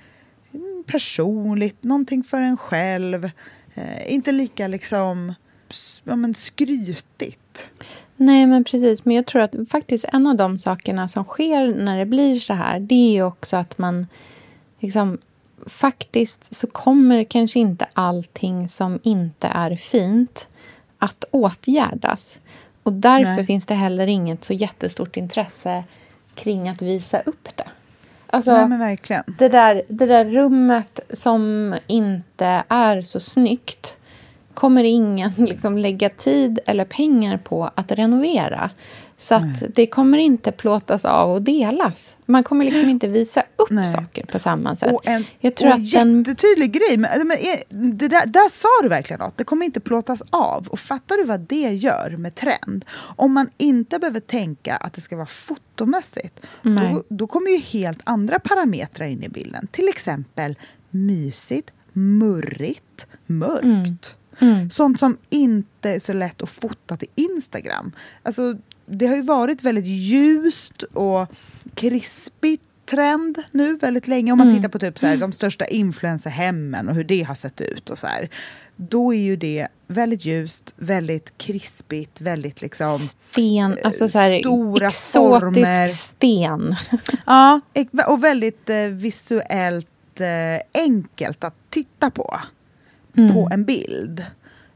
personligt, någonting för en själv. Eh, inte lika liksom ja, men skrytigt. Nej, men precis. Men jag tror att faktiskt en av de sakerna som sker när det blir så här, det är ju också att man liksom, faktiskt så kommer kanske inte allting som inte är fint att åtgärdas. Och därför Nej. finns det heller inget så jättestort intresse kring att visa upp det. Alltså, Nej, men verkligen. Det där, det där rummet som inte är så snyggt kommer ingen liksom lägga tid eller pengar på att renovera. Så att Nej. det kommer inte plåtas av och delas. Man kommer liksom inte visa upp Nej. saker på samma sätt. Och en Jag tror och att den... jättetydlig grej. Men, men, det där, där sa du verkligen något. Det kommer inte plåtas av. Och fattar du vad det gör med trend? Om man inte behöver tänka att det ska vara fotomässigt. Då, då kommer ju helt andra parametrar in i bilden. Till exempel mysigt, murrigt, mörkt. Mm. Mm. Sånt som inte är så lätt att fota till Instagram. Alltså, det har ju varit väldigt ljust och krispigt trend nu väldigt länge. Om man mm. tittar på typ så här, de största influencerhemmen och hur det har sett ut och så här. Då är ju det väldigt ljust, väldigt krispigt, väldigt liksom sten, alltså så här, stora exotisk former. sten. Ja, och väldigt eh, visuellt eh, enkelt att titta på. Mm. På en bild.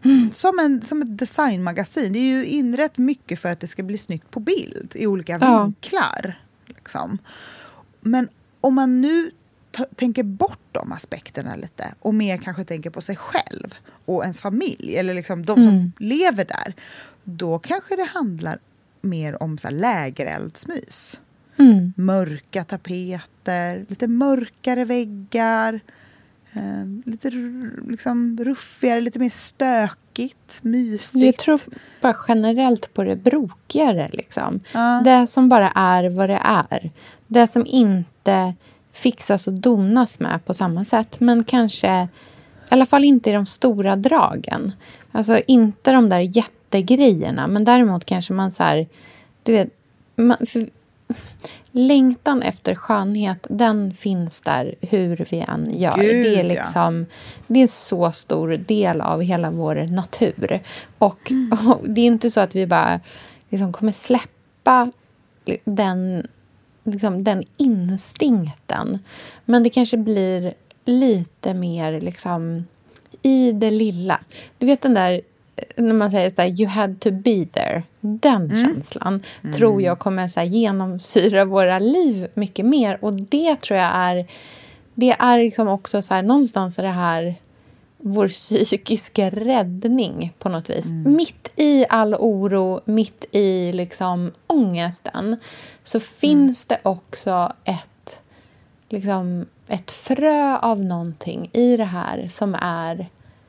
mm. som, en, som ett designmagasin. Det är ju inrätt mycket för att det ska bli snyggt på bild i olika ja. vinklar. Liksom. Men om man nu t- tänker bort de aspekterna lite och mer kanske tänker på sig själv och ens familj eller liksom de som mm. lever där, då kanske det handlar mer om så här lägereldsmys. Mm. Mörka tapeter, lite mörkare väggar, eh, lite liksom ruffigare, lite mer stökigt, mysigt. Jag tror bara generellt på det brokigare liksom. Ja. Det som bara är vad det är. Det som inte fixas och donas med på samma sätt, men kanske i alla fall inte i de stora dragen. Alltså inte de där jättegrejerna, men däremot kanske man så här, du vet, man, för, längtan efter skönhet, den finns där hur vi än gör. Gud, det är liksom, det är så stor del av hela vår natur. Och, mm. och det är inte så att vi bara liksom kommer släppa den, liksom, den instinkten. Men det kanske blir lite mer liksom i det lilla. Du vet den där, när man säger så här, you had to be there. Den mm. känslan mm. tror jag kommer så här genomsyra våra liv mycket mer. Och det tror jag är, det är liksom också så här, någonstans är det här vår psykiska räddning på något vis. Mm. Mitt i all oro, mitt i liksom ångesten, så finns mm. det också ett, liksom, ett frö av någonting i det här som är...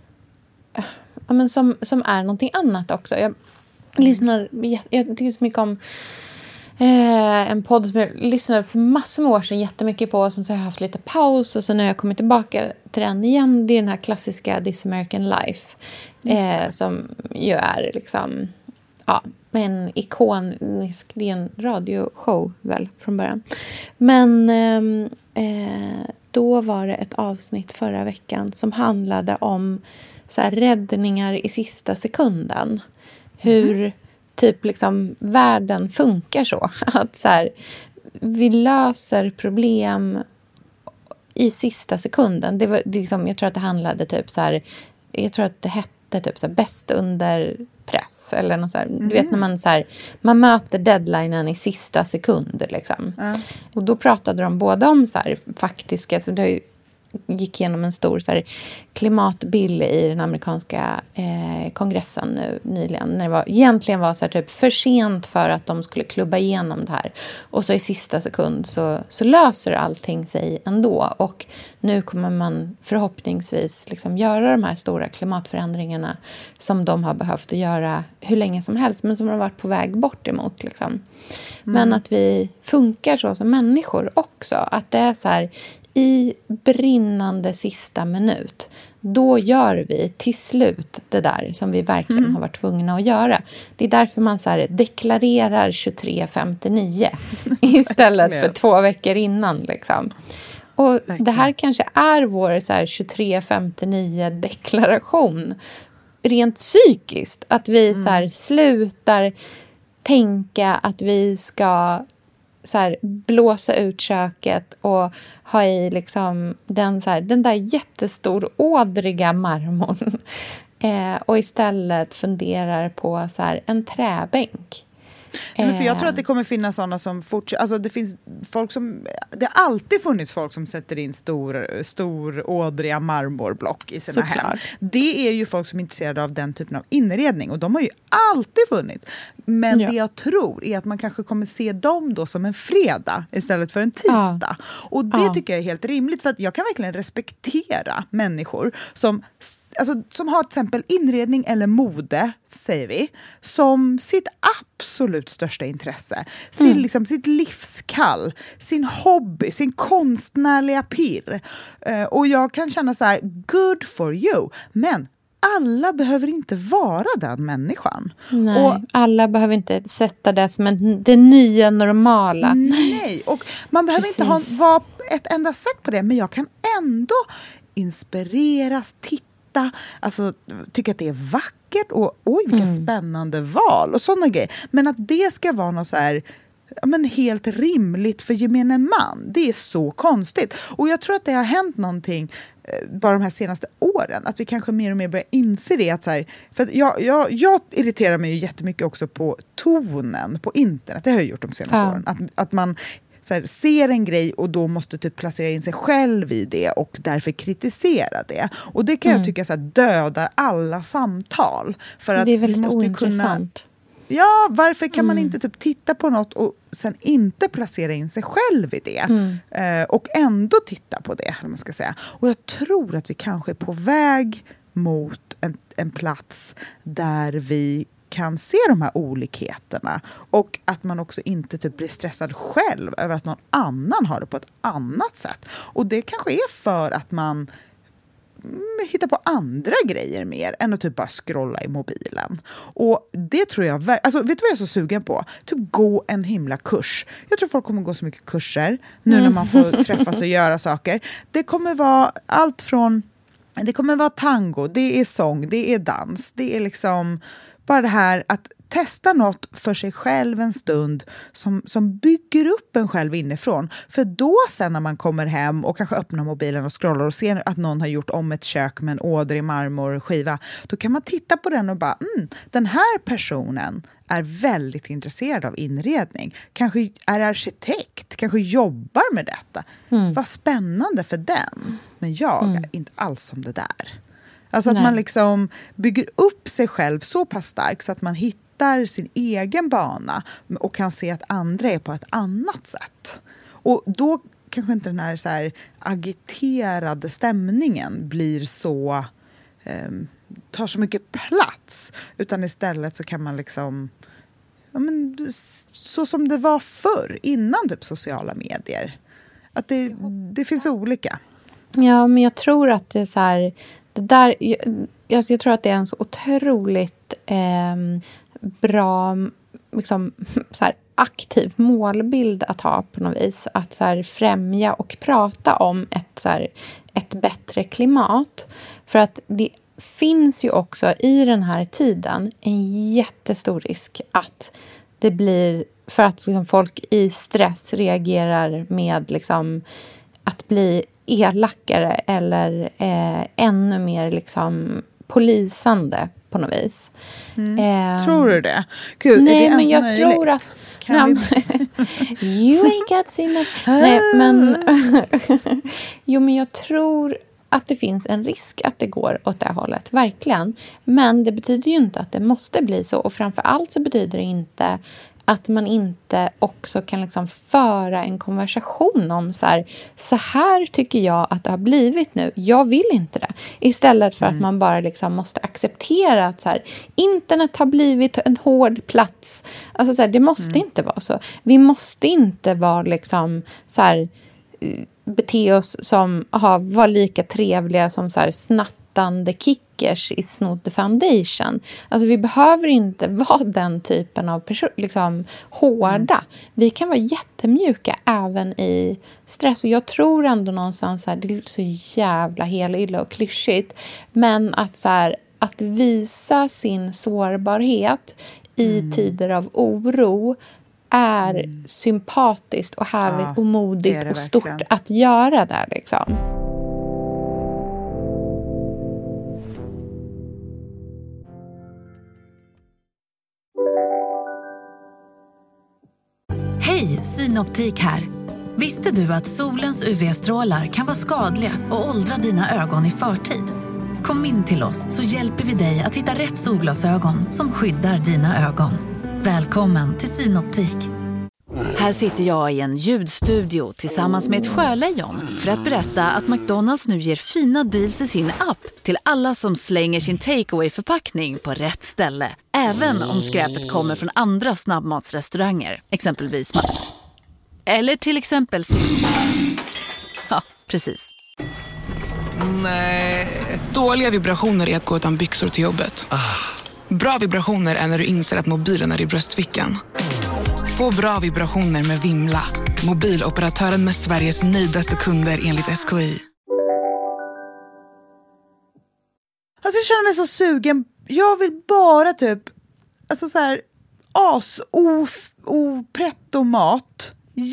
Ja, men som, som är någonting annat också. Jag lyssnar, jag, jag tycker så mycket om eh, en podd som jag lyssnade för massor med år sedan jättemycket på. Och sen så har jag haft lite paus och så när jag kommer tillbaka till den igen. Det är den här klassiska This American Life. Eh, som ju är liksom, ja, en ikonisk, det är en radioshow väl från början. Men eh, då var det ett avsnitt förra veckan som handlade om så här räddningar i sista sekunden. Hur mm. typ liksom världen funkar så. Att så här, vi löser problem i sista sekunden. Det var det liksom, jag tror att det handlade typ så här, jag tror att det hette typ så här, bäst under press eller något så här. Mm. Du vet när man så här, man möter deadlinen i sista sekunder liksom. Mm. Och då pratade de både om så här faktiska, så det har ju gick igenom en stor så här, klimatbill i den amerikanska eh, kongressen nu nyligen. När det var, egentligen var så här, typ för sent för att de skulle klubba igenom det här. Och så i sista sekund så, så löser allting sig ändå. Och nu kommer man förhoppningsvis liksom göra de här stora klimatförändringarna som de har behövt att göra hur länge som helst. Men som de har varit på väg bort emot. Liksom. Mm. Men att vi funkar så som människor också. Att det är så här, i brinnande sista minut, då gör vi till slut det där som vi verkligen mm. har varit tvungna att göra. Det är därför man så här deklarerar tjugotre femtionio istället för två veckor innan. Liksom. Och verkligen. Det här kanske är vår så här tjugotre femtionio-deklaration rent psykiskt. Att vi mm. så här slutar tänka att vi ska så här, blåsa ut köket och ha i liksom den, så här, den där jättestor ådriga marmorn. Eh, och istället funderar på så här, en träbänk. Nej, men för jag tror att det kommer finnas sådana som fortsätter. Alltså det finns folk som, det har alltid funnits folk som sätter in stor, stor ådriga marmorblock i sina hem. Det är ju folk som är intresserade av den typen av inredning och de har ju alltid funnits. Men ja. Det jag tror är att man kanske kommer se dem då som en fredag istället för en tisdag. Ja. Och det ja. Tycker jag är helt rimligt, för att jag kan verkligen respektera människor som Alltså, som har till exempel inredning eller mode, säger vi, som sitt absolut största intresse. Sin, mm. liksom, sitt livskall, sin hobby, sin konstnärliga pirr. Uh, och jag kan känna så här, good for you. Men alla behöver inte vara den människan. Nej, och, alla behöver inte sätta det som en, det nya normala. Nej, och man behöver Precis. Inte ha vara ett enda sätt på det. Men jag kan ändå inspireras, titta. Alltså, tycker att det är vackert och oj vilka mm. spännande val och sådana grejer. Men att det ska vara något så här men helt rimligt för gemene man. Det är så konstigt. Och jag tror att det har hänt någonting eh, bara de här senaste åren. Att vi kanske mer och mer börjar inse det. Att så här, för att jag, jag, jag irriterar mig ju jättemycket också på tonen på internet. Det har jag gjort de senaste ja. åren. Att, att man så här, ser en grej och då måste typ placera in sig själv i det och därför kritisera det. Och det kan mm. jag tycka så här, dödar alla samtal. För att det är väldigt vi måste ointressant. Kunna, ja, varför kan mm. man inte typ titta på något och sen inte placera in sig själv i det? Mm. Eh, och ändå titta på det, man ska säga. Och jag tror att vi kanske är på väg mot en, en plats där vi kan se de här olikheterna. Och att man också inte typ blir stressad själv över att någon annan har det på ett annat sätt. Och det kanske är för att man hitta på andra grejer mer än att typ bara scrolla i mobilen. Och det tror jag... Alltså, vet du vad jag är så sugen på? Typ gå en himla kurs. Jag tror folk kommer gå så mycket kurser nu när man får träffas och göra saker. Det kommer vara allt från... Det kommer vara tango, det är sång, det är dans. Det är liksom bara det här att testa något för sig själv en stund som, som bygger upp en själv inifrån. För då sen när man kommer hem och kanske öppnar mobilen och scrollar och ser att någon har gjort om ett kök med en åder i marmorskiva, då kan man titta på den och bara, mm, den här personen är väldigt intresserad av inredning. Kanske är arkitekt, kanske jobbar med detta. Mm. Vad spännande för den. Men jag mm. är inte alls som det där. Alltså Nej. Att man liksom bygger upp sig själv så pass starkt så att man hittar sin egen bana och kan se att andra är på ett annat sätt. Och då kanske inte den här, så här agiterade stämningen blir så eh, tar så mycket plats, utan istället så kan man liksom ja, men, så som det var förr innan typ sociala medier. Att det, det finns olika. Ja, men jag tror att det är så här det där, jag, jag tror att det är en så otroligt eh, bra liksom, så här, aktiv målbild att ha på något vis. Att så här, främja och prata om ett, så här, ett bättre klimat. För att det finns ju också i den här tiden en jättestor risk att det blir, för att liksom, folk i stress reagerar med liksom, att bli elakare eller eh, ännu mer liksom polisande på något vis. Mm. Eh, tror du det? Gud, nej, är det men jag möjligt? tror att kan nej, vi... you ain't got seen that. Nej, men jo, men jag tror att det finns en risk att det går åt det hållet, verkligen. Men det betyder ju inte att det måste bli så, och framför allt så betyder det inte att man inte också kan liksom föra en konversation om så här, så här tycker jag att det har blivit nu. Jag vill inte det. Istället för mm. att man bara liksom måste acceptera att så här, internet har blivit en hård plats. Alltså så här, det måste mm. inte vara så. Vi måste inte vara liksom så här, bete oss som ha, var lika trevliga som så här snattande kickers i Snodde Foundation. Alltså vi behöver inte vara den typen av person, liksom hårda. Mm. Vi kan vara jättemjuka även i stress. Och jag tror ändå någonstans här, det är så jävla helylle och klyschigt, men att så här, att visa sin sårbarhet i mm. tider av oro är mm. sympatiskt och härligt ja, och modigt det det och stort verkligen. Att göra där liksom. Hej, Synoptik här. Visste du att solens U V-strålar kan vara skadliga och åldra dina ögon i förtid? Kom in till oss så hjälper vi dig att hitta rätt solglasögon som skyddar dina ögon. Välkommen till Synoptik. Här sitter jag i en ljudstudio tillsammans med ett sjölejon för att berätta att McDonald's nu ger fina deals i sin app till alla som slänger sin takeaway-förpackning på rätt ställe. Även om skräpet kommer från andra snabbmatsrestauranger, exempelvis. Eller till exempel... Ja, precis. Nej. Dåliga vibrationer är att gå utan byxor till jobbet. Bra vibrationer är när du inser att mobilen är i bröstfickan. Få bra vibrationer med Vimla. Mobiloperatören med Sveriges nöjdaste kunder enligt S K I. Alltså jag känner mig så sugen. Jag vill bara typ alltså så här, as of, opretto mat,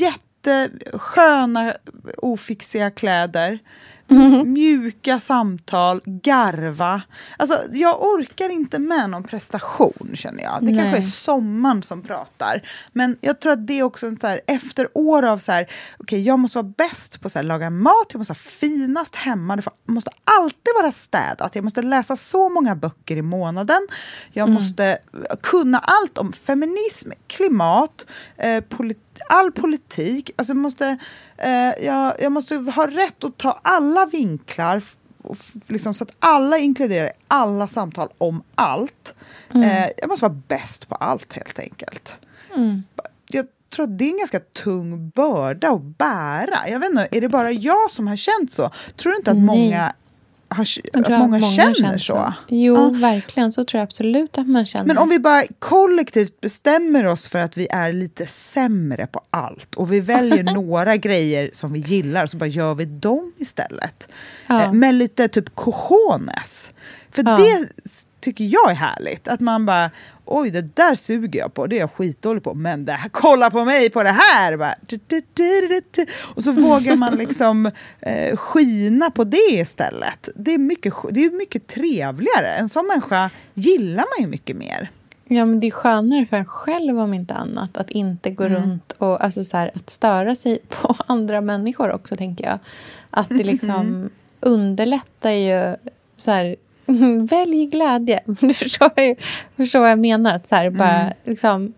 jättesköna ofixiga kläder, mm. mjuka samtal, garva. Alltså jag orkar inte med någon prestation, känner jag. Det Nej. kanske är sommaren som pratar. Men jag tror att det är också en så här, efter år av så här, okej, okay, jag måste vara bäst på så här, laga mat, jag måste ha finast hemma, det måste alltid vara städat, jag måste läsa så många böcker i månaden, jag mm. måste kunna allt om feminism, klimat, eh, politik, all politik, alltså jag måste, eh, jag, jag måste ha rätt att ta alla vinklar f- f- liksom, så att alla inkluderar alla samtal om allt. Mm. Eh, jag måste vara bäst på allt helt enkelt. Mm. Jag tror att det är en ganska tung börda att bära. Jag vet inte, är det bara jag som har känt så? Tror du inte att Nej. många... Har, att många, många känner, känner så. så. Jo, ja. verkligen. Så tror jag absolut att man känner. Men om vi bara kollektivt bestämmer oss för att vi är lite sämre på allt och vi väljer några grejer som vi gillar, så bara gör vi dem istället. Ja. Eh, med lite typ cojones. För ja. det tycker jag är härligt. Att man bara, oj, det där suger jag på. Det är jag skitdålig på. Men det här, kolla på mig på det här. Bara, och så vågar man liksom eh, skina på det istället. Det är, mycket, det är mycket trevligare. En sån människa gillar man ju mycket mer. Ja, men det är skönare för en själv om inte annat. Att inte gå mm. runt och alltså, så här, att störa sig på andra människor också, tänker jag. Att det liksom mm. underlättar ju så här... Välj glädje. Du förstår, jag, förstår vad jag menar. Att så här, bara mm. liksom,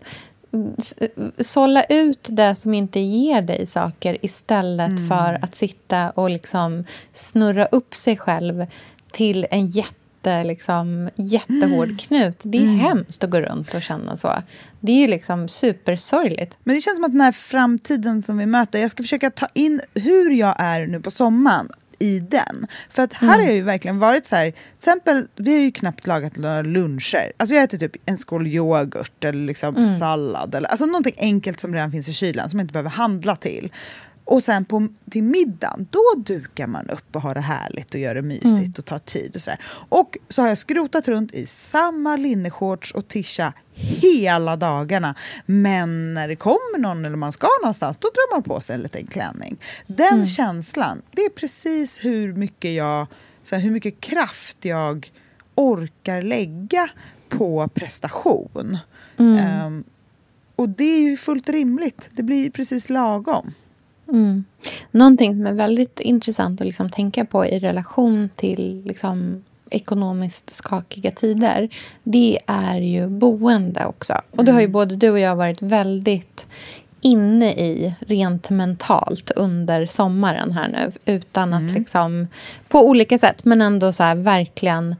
sålla ut det som inte ger dig saker istället mm. för att sitta och liksom snurra upp sig själv till en jätte, liksom, jättehård mm. knut. Det är mm. hemskt att gå runt och känna så. Det är ju liksom supersorgligt. Men det känns som att den här framtiden som vi möter, jag ska försöka ta in hur jag är nu på sommaren i den. För att här mm. har jag ju verkligen varit så här, till exempel, vi har ju knappt lagat några luncher. Alltså jag äter typ en skål yoghurt eller liksom mm. sallad. Eller, alltså någonting enkelt som redan finns i kylen som man inte behöver handla till. Och sen på, till middagen, då dukar man upp och har det härligt och gör det mysigt mm. och tar tid och sådär. Och så har jag skrotat runt i samma linneshorts och tisha hela dagarna. Men när det kommer någon eller man ska någonstans, då drar man på sig en liten klänning. Den mm. känslan, det är precis hur mycket jag, så här, hur mycket kraft jag orkar lägga på prestation. Mm. Um, och det är ju fullt rimligt. Det blir precis lagom. Mm. Någonting som är väldigt intressant att liksom tänka på i relation till liksom ekonomiskt skakiga tider, det är ju boende också. Och det har ju både du och jag varit väldigt inne i rent mentalt under sommaren här nu, utan att mm. liksom på olika sätt, men ändå så här verkligen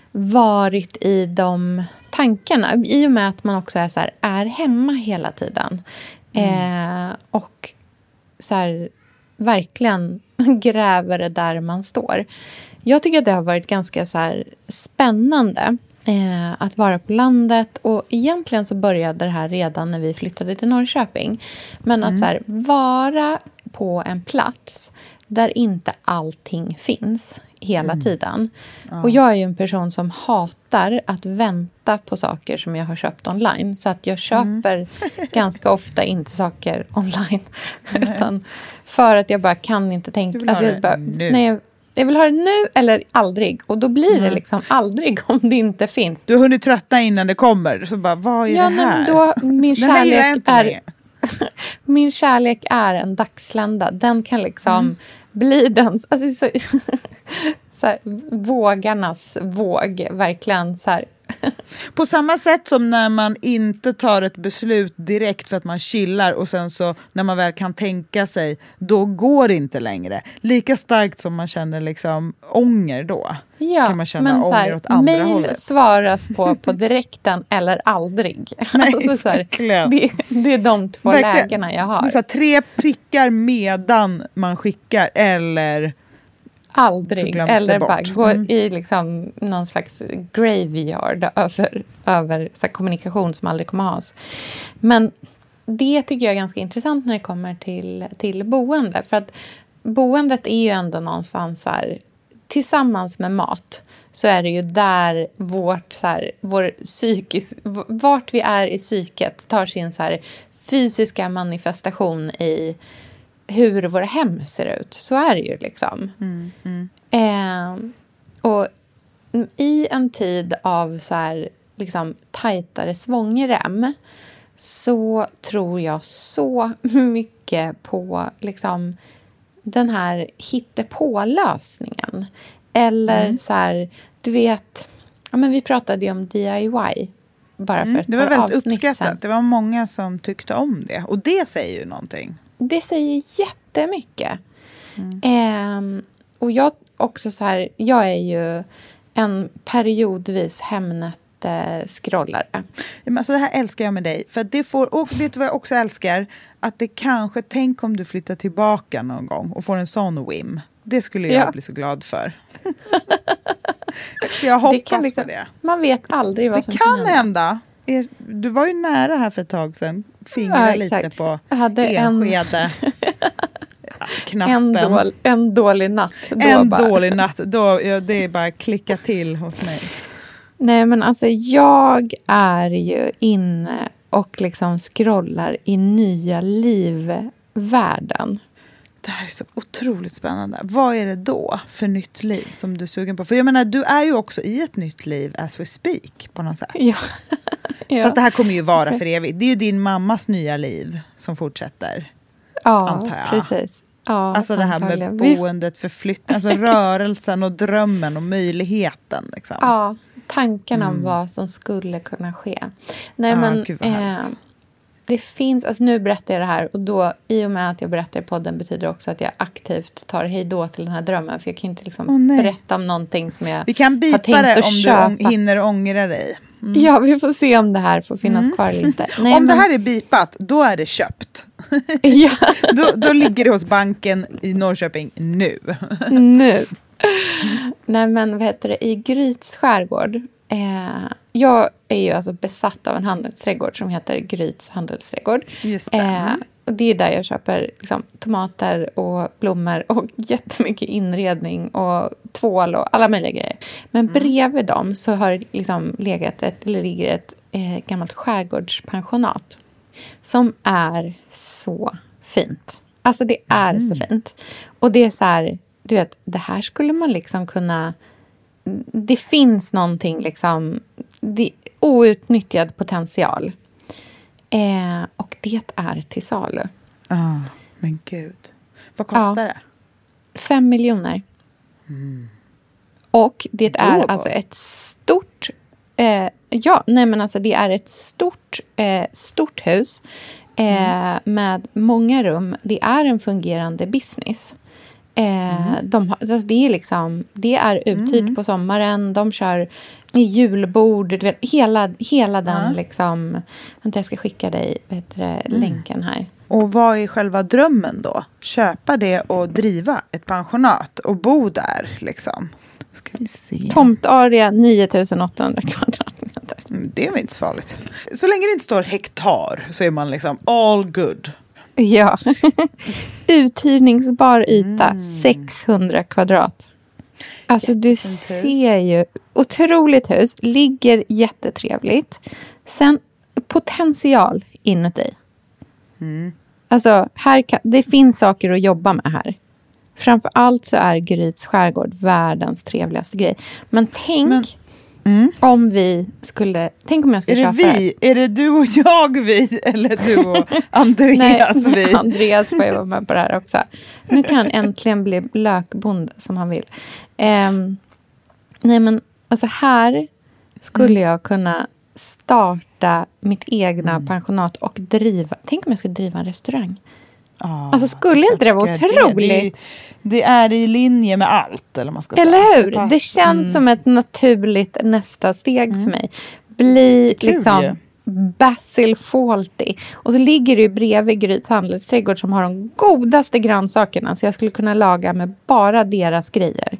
varit i de tankarna, i och med att man också är så här, är hemma hela tiden. Mm. Eh, och så här, verkligen gräver det där man står. Jag tycker att det har varit ganska så här spännande eh, att vara på landet. Och egentligen så började det här redan när vi flyttade till Norrköping. Men mm. att så här, vara på en plats där inte allting finns hela mm. tiden. Ja. Och jag är ju en person som hatar att vänta på saker som jag har köpt online. Så att jag köper mm. ganska ofta inte saker online. Utan för att jag bara kan inte tänka. Du vill alltså, ha jag, bara, det nu. Nej, jag, jag vill ha det nu eller aldrig. Och då blir mm. det liksom aldrig om det inte finns. Du har hunnit tröttna innan det kommer. Så bara, vad är ja, det här? Men då, min kärlek är... min kärlek är en dagslända. Den kan liksom mm. bli den... Alltså, så, så här, vågarnas våg. Verkligen så här. På samma sätt som när man inte tar ett beslut direkt för att man chillar och sen så när man väl kan tänka sig, då går det inte längre. Lika starkt som man känner liksom ånger då. Ja, kan man känna men ånger här, åt andra mail hållet. Svaras på på direkten eller aldrig. Nej, alltså, så här, det, det är de två verkligen. Lägena jag har. Det är så här, tre prickar medan man skickar eller... Aldrig. Eller bara gå mm. i liksom någon slags graveyard över, över så här, kommunikation som aldrig kommer att has. Men det tycker jag är ganska intressant när det kommer till, till boende. För att boendet är ju ändå någonstans så här, tillsammans med mat så är det ju där vårt, så här, vår psykis, vart vi är i psyket tar sin så här, fysiska manifestation i hur våra hem ser ut. Så är det ju liksom. Mm, mm. Eh, och i en tid av så här, liksom, tajtare svångrem så tror jag så mycket på liksom, den här hittepålösningen. Eller mm. så här, du vet, ja, men vi pratade ju om D I Y bara för mm, ett det var par väldigt avsnitt uppskattat. sedan. Det var många som tyckte om det. Och det säger ju någonting. Det säger jättemycket. Mm. Eh, och jag också så här, jag är ju en periodvis Hemnet-scrollare. Ja, men alltså det här älskar jag med dig. För att det får, och vet du vad jag också älskar? Att det kanske, tänk om du flyttar tillbaka någon gång och får en sån whim. Det skulle jag ja. bli så glad för. Så jag hoppas det liksom, på det. Man vet aldrig vad det som kan hända. Det kan hända. Du var ju nära här för ett tag sedan. Fingra ja, lite på Enskede. En... Knappen. En, dål, en dålig natt. Då en bara. dålig natt. Då, ja, det är bara klicka till hos mig. Nej, men alltså jag är ju inne och liksom scrollar i nya liv-världen. Det här är så otroligt spännande. Vad är det då för nytt liv som du är sugen på? För jag menar, du är ju också i ett nytt liv as we speak på något sätt. Ja. ja. Fast det här kommer ju vara för evigt. Det är ju din mammas nya liv som fortsätter. Ja, antar jag. precis. Ja, alltså det här med boendet, förflyttning, alltså rörelsen och drömmen och möjligheten. Liksom. Ja, tankarna mm. om vad som skulle kunna ske. Nej, ah, men eh, det finns, alltså nu berättar jag det här och då, i och med att jag berättar i podden betyder det också att jag aktivt tar hej då till den här drömmen. För jag kan inte liksom oh, berätta om någonting som jag vi kan bipa har tänkt det att om köpa. Du hinner ångra dig. Mm. Ja, vi får se om det här får finnas mm. kvar eller inte. Nej, om men... det här är bipat, då är det köpt. Ja. då, då ligger det hos banken i Norrköping nu. nu. Nej, men vad heter det? I Gryts skärgård. Eh, jag är ju alltså besatt av en handelsträdgård som heter Gryts handelsträdgård. Just det. Eh, och det är där jag köper liksom, tomater och blommor och jättemycket inredning och tvål och alla möjliga grejer. Men mm. bredvid dem så har det liksom legat ett, eller ligger ett eh, gammalt skärgårdspensionat som är så fint. Alltså det är mm. så fint. Och det är så här, du vet, det här skulle man liksom kunna... Det finns någonting liksom... Det, outnyttjad potential. Eh, och det är till salu. Ja, ah, men gud. Vad kostar ja. det? Fem miljoner. Mm. Och det är Då alltså ett stort... Eh, ja, nej men alltså det är ett stort, eh, stort hus. Eh, mm. Med många rum. Det är en fungerande business. Eh, mm. de har, alltså det är liksom det är uthyrt mm. på sommaren. De kör i julbord, du vet, hela, hela den mm. liksom, vänta jag ska skicka dig vet du, mm. länken här. Och vad är själva drömmen då? Köpa det och driva ett pensionat och bo där liksom. Ska vi se. Tomtarea nio tusen åttahundra kvadratmeter. Mm, det är inte så farligt. Så länge det inte står hektar så är man liksom all good. Ja. Uthyrningsbar yta mm. sexhundra kvadrat. Alltså du ser ju otroligt hus, ligger jättetrevligt. Sen potential inuti. Mm. Alltså här kan, det finns saker att jobba med här. Framför allt så är Gryts skärgård världens trevligaste grej. Men tänk Men, mm. om vi skulle... Tänk om jag skulle är det köpa... vi? Är det du och jag vi? Eller du och Andreas Nej, vi? Andreas får ju vara med på det här också. Nu kan han äntligen bli lökbonde som han vill. Um, nej men alltså här skulle jag kunna starta mitt egna mm. pensionat och driva... Tänk om jag skulle driva en restaurang. Oh, alltså skulle inte det vara otroligt? Det, det är i linje med allt. Eller, man ska eller säga. hur? Det, det känns mm. som ett naturligt nästa steg mm. för mig. Bli liksom ju. Basil Fawlty. Och så ligger det ju bredvid Gryts handelsträdgård som har de godaste grönsakerna. Så jag skulle kunna laga med bara deras grejer.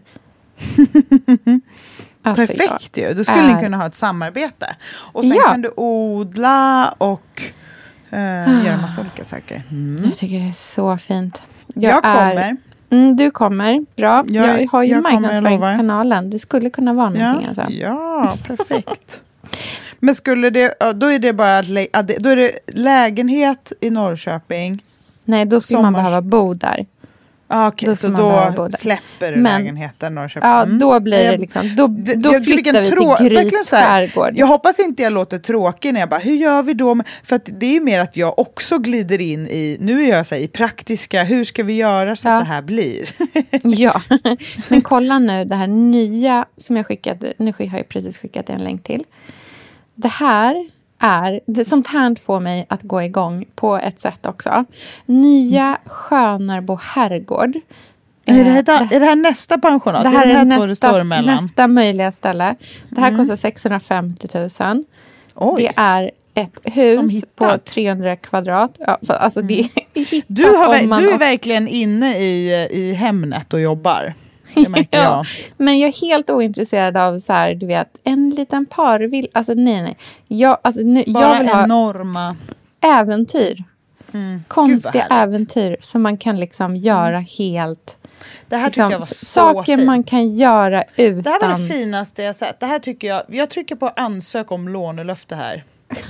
Alltså, perfekt ju. Då skulle är... ni kunna ha ett samarbete. Och sen ja. kan du odla och... Uh, göra massa olika saker. Mm. Jag tycker det är så fint. Jag, jag kommer. Är... Mm, du kommer. Bra. Jag, jag har ju jag marknadsföringskanalen. Det skulle kunna vara någonting. Ja, alltså. ja perfekt. Men skulle det, då är det bara då är det lägenhet i Norrköping. Nej, då skulle Sommars... man behöva bo där. Ah, okay, då så då släpper du Men, lägenheten Norrköping. Ja, då blir det liksom, då, då jag, flyttar vi trå- till Gryts skärgård. Jag hoppas inte jag låter tråkig när jag bara, hur gör vi då? För att det är ju mer att jag också glider in i, nu är jag så här, i praktiska, hur ska vi göra så ja. att det här blir? Ja, men kolla nu det här nya som jag skickade, nu har jag precis skickat en länk till. Det här är, det, sånt här får mig att gå igång på ett sätt också. Nya Skönarbo herrgård. Är det, här, det, är det här nästa pensionat? Det här är, är nästa, det nästa möjliga ställe. Det här mm. kostar sexhundrafemtio tusen. Oj. Det är ett hus på trehundra kvadrat. Ja, alltså det är du, har, du är verkligen inne i, i Hemnet och jobbar. Det märker jag. Ja, men jag är helt ointresserad av så här, du vet, en liten parvill. Alltså nej, nej. Jag, alltså, nu, Bara jag vill ha enorma äventyr. Mm. Konstiga äventyr som man kan liksom göra mm. helt. Det här liksom, tycker jag var så saker fint. Man kan göra utan. Det här var det finaste jag sett. Det här tycker jag. Jag trycker på ansök om lånelöfte här.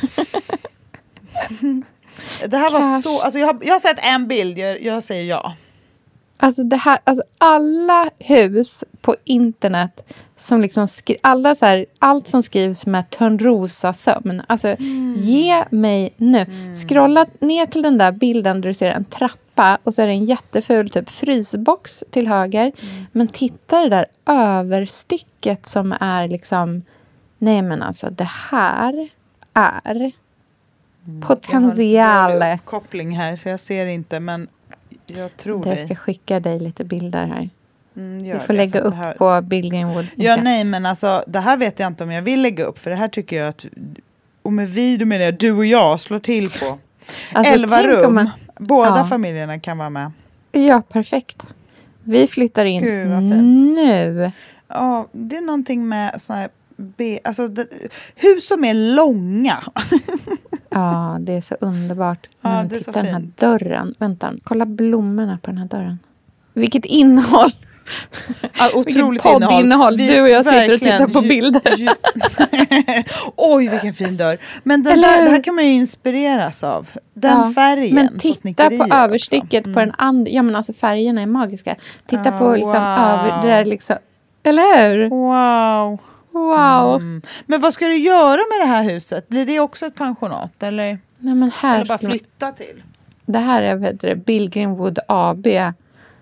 Det här var Cash. så. Alltså jag har, jag har sett en bild. Jag, jag säger ja. Alltså det här, alltså alla hus på internet som liksom skri- alla så här, allt som skrivs med Törnrosa sömn. Alltså mm. ge mig nu. Mm. Scrolla ner till den där bilden där du ser en trappa och så är det en jätteful typ frysbox till höger. Mm. Men titta det där överstycket som är liksom, nej men alltså det här är mm. potential. Jag har koppling här så jag ser inte, men jag tror det. dig. Jag ska skicka dig lite bilder här. Mm, vi får lägga upp här på Bill Greenwood. Ja, nej, men alltså det här vet jag inte om jag vill lägga upp. För det här tycker jag att, och med vi, då menar jag du och jag slår till på. Alltså, elva rum. Man, Båda ja. familjerna kan vara med. Ja, perfekt. Vi flyttar in Gud, vad fint. Nu. Ja, det är någonting med så här, be, alltså, det, hus som är långa. Ja, det är så underbart. Ja, Men det är titta så den här fint. dörren. Vänta, kolla blommorna på den här dörren. Vilket innehåll. Ja, otroligt poddinnehåll. Du och jag sitter och tittar på bilder. Ju, oj, vilken fin dörr. Men den där, det här kan man ju inspireras av. Den ja, färgen. Men titta på, på överstycket mm. på den andra. Ja, men alltså färgerna är magiska. Titta oh, på liksom wow. över det där liksom. Eller hur? Wow. Wow. Mm. Men vad ska du göra med det här huset? Blir det också ett pensionat? Eller, nej, men här eller bara flytta till? Det här är vet du, Bill Greenwood A B.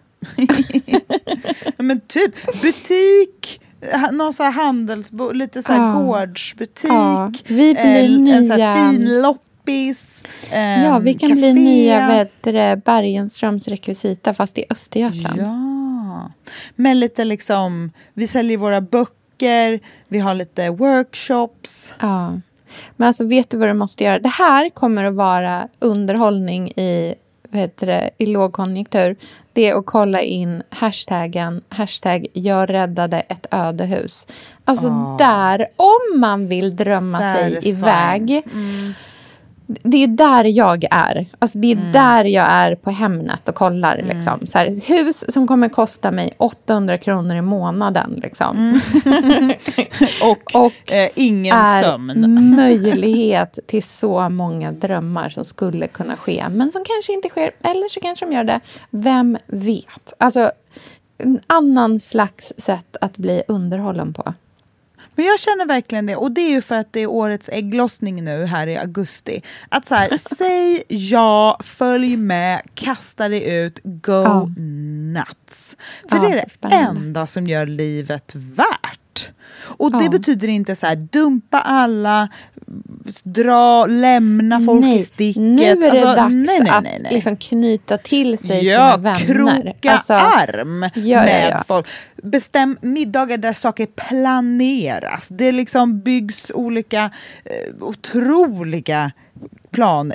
Men typ butik, någon så här handelsbo, lite så här ah. gårdsbutik. Ah. Vi blir en, nya. En så här fin loppis. Um, ja, vi kan café. bli nya vet du, Bergenströms rekvisita fast i Östergötland. Ja, men lite liksom, vi säljer våra böcker, vi har lite workshops. Ja, men alltså vet du vad du måste göra? Det här kommer att vara underhållning i vet det, i lågkonjunktur. Det är att kolla in hashtaggen hashtag jag räddade ett ödehus. Alltså oh. där, om man vill drömma Satisfying. sig iväg. Mm. Det är ju där jag är. Alltså det är mm. där jag är på Hemnet och kollar. Mm. Liksom. Så här, hus som kommer kosta mig åttahundra kronor i månaden. Liksom. Mm. och och eh, ingen är sömn. möjlighet till så många drömmar som skulle kunna ske. Men som kanske inte sker. Eller så kanske de gör det. Vem vet? Alltså en annan slags sätt att bli underhållen på. Men jag känner verkligen det. Och det är ju för att det är årets ägglossning nu här i augusti. Att så här, säg ja, följ med, kasta dig ut, go ja. nuts. För ja, det är det spännande. enda som gör livet värt. Och det ja. betyder inte så här, dumpa alla, dra, lämna folk nej, i sticket. Nu är det alltså, dags nej, nej, att nej, nej. Liksom knyta till sig ja, sina vänner. Kroka alltså, arm ja, med ja, ja. folk. Bestäm middagar där saker planeras. Det liksom byggs olika eh, otroliga plan,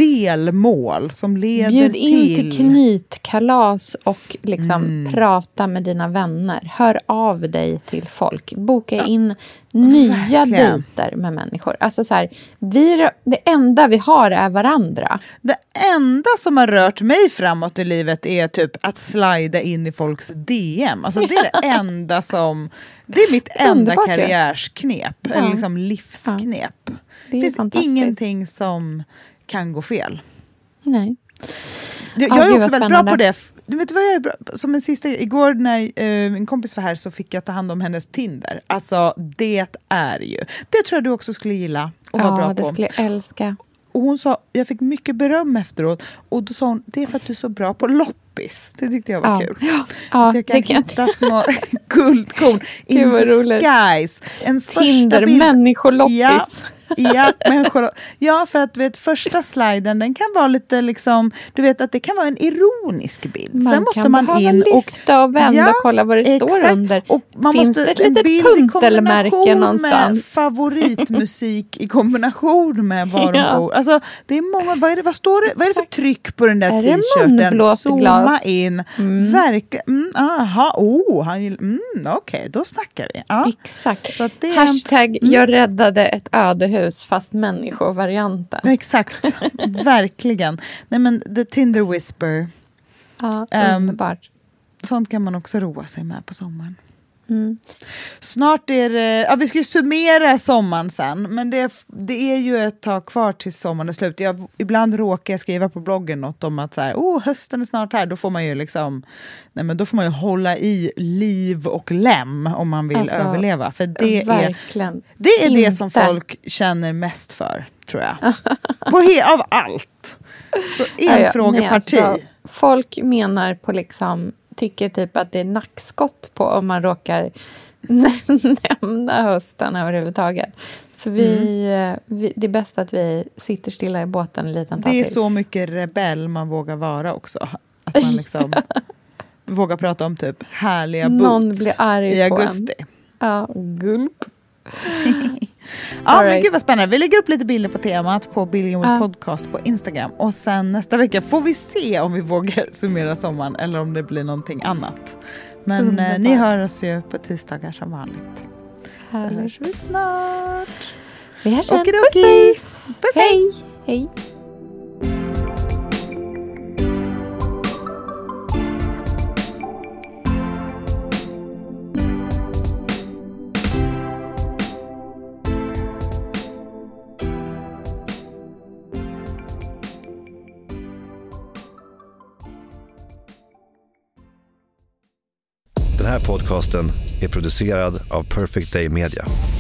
delmål som leder Bjud till... in till knytkalas och liksom Mm. prata med dina vänner. Hör av dig till folk. Boka in nya verkligen. dejter med människor. Alltså så här, vi, det enda vi har är varandra. Det enda som har rört mig framåt i livet är typ att slida in i folks D M. Alltså det är det enda som... Det är mitt enda Underbart, ja. karriärsknep. Ja. Eller liksom livsknep. Det Det är finns fantastiskt. ingenting som kan gå fel. Nej. Jag, Ja, jag är gud, också vad väldigt bra spännande. på det. Du vet vad jag är bra på? Som en sista, igår när eh, min kompis var här så fick jag ta hand om hennes Tinder. Alltså det är ju. Det tror jag du också skulle gilla och vara Ja, bra det på. skulle jag älska. Och hon sa, jag fick mycket beröm efteråt. Och då sa hon, det är för att du är så bra på loppis. Det tyckte jag var Ja. kul. Ja, Att jag kan det kan hitta små guldkorn in Gud, vad the roligt. skies. En första Tinder, bild- människoloppis. Ja, ja, människor, ja, för att vet, första sliden den kan vara lite liksom, du vet att det kan vara en ironisk bild. Man Sen måste kan man behöva in och lyfta och vända Ja, och kolla vad det står exakt. under. Och man Finns måste, det ett en litet bild i puntelmärke kombination någonstans? med favoritmusik i kombination med var de Ja. bor. Alltså, det är många, vad, är det, vad, står det, vad är det för tryck på den där Är det t-shirten? munblåsglas? Zooma in. Mm. Verkligen. Mm, aha, oh, han gill- mm, okej, okay, då snackar vi. Ja. Exakt. Så att det är- Hashtag jag räddade ett ödehus fast människovarianten. Exakt, verkligen. Nej men The Tinder Whisper, Ja, Ehm, underbart. sånt kan man också roa sig med på sommaren. Mm. Snart är det, ja vi ska ju summera sommaren sen, men det, det är ju ett tag kvar till sommaren är slut. Jag, ibland råkar jag skriva på bloggen något om att så här, oh, hösten är snart här, då får man ju liksom, nej men då får man ju hålla i liv och lem om man vill Alltså, överleva. För det är, Verkligen. det är det Inte. som folk känner mest för, tror jag. På he- av allt. Så Ja, ja. enfrågeparti. Nej, alltså, folk menar på liksom, tycker typ att det är nackskott på om man råkar nämna hösten överhuvudtaget. Så vi, Mm. vi, det är bäst att vi sitter stilla i båten en liten tag Det är till. så mycket rebell man vågar vara också. Att man liksom vågar prata om typ härliga Någon boots blir arg i på augusti. en. Ja, gulp. Ja, All men right. gud vad spännande. Vi lägger upp lite bilder på temat på Billionaire Ja. Podcast på Instagram. Och sen nästa vecka får vi se om vi vågar summera sommaren eller om det blir någonting annat. Men eh, Underbart. ni hör oss ju på tisdagar som vanligt. Så Härligt. hörs vi snart. Vi hörs sen. Okidoki. Puss, Puss, puss. Hej. Hej. Den här podcasten är producerad av Perfect Day Media.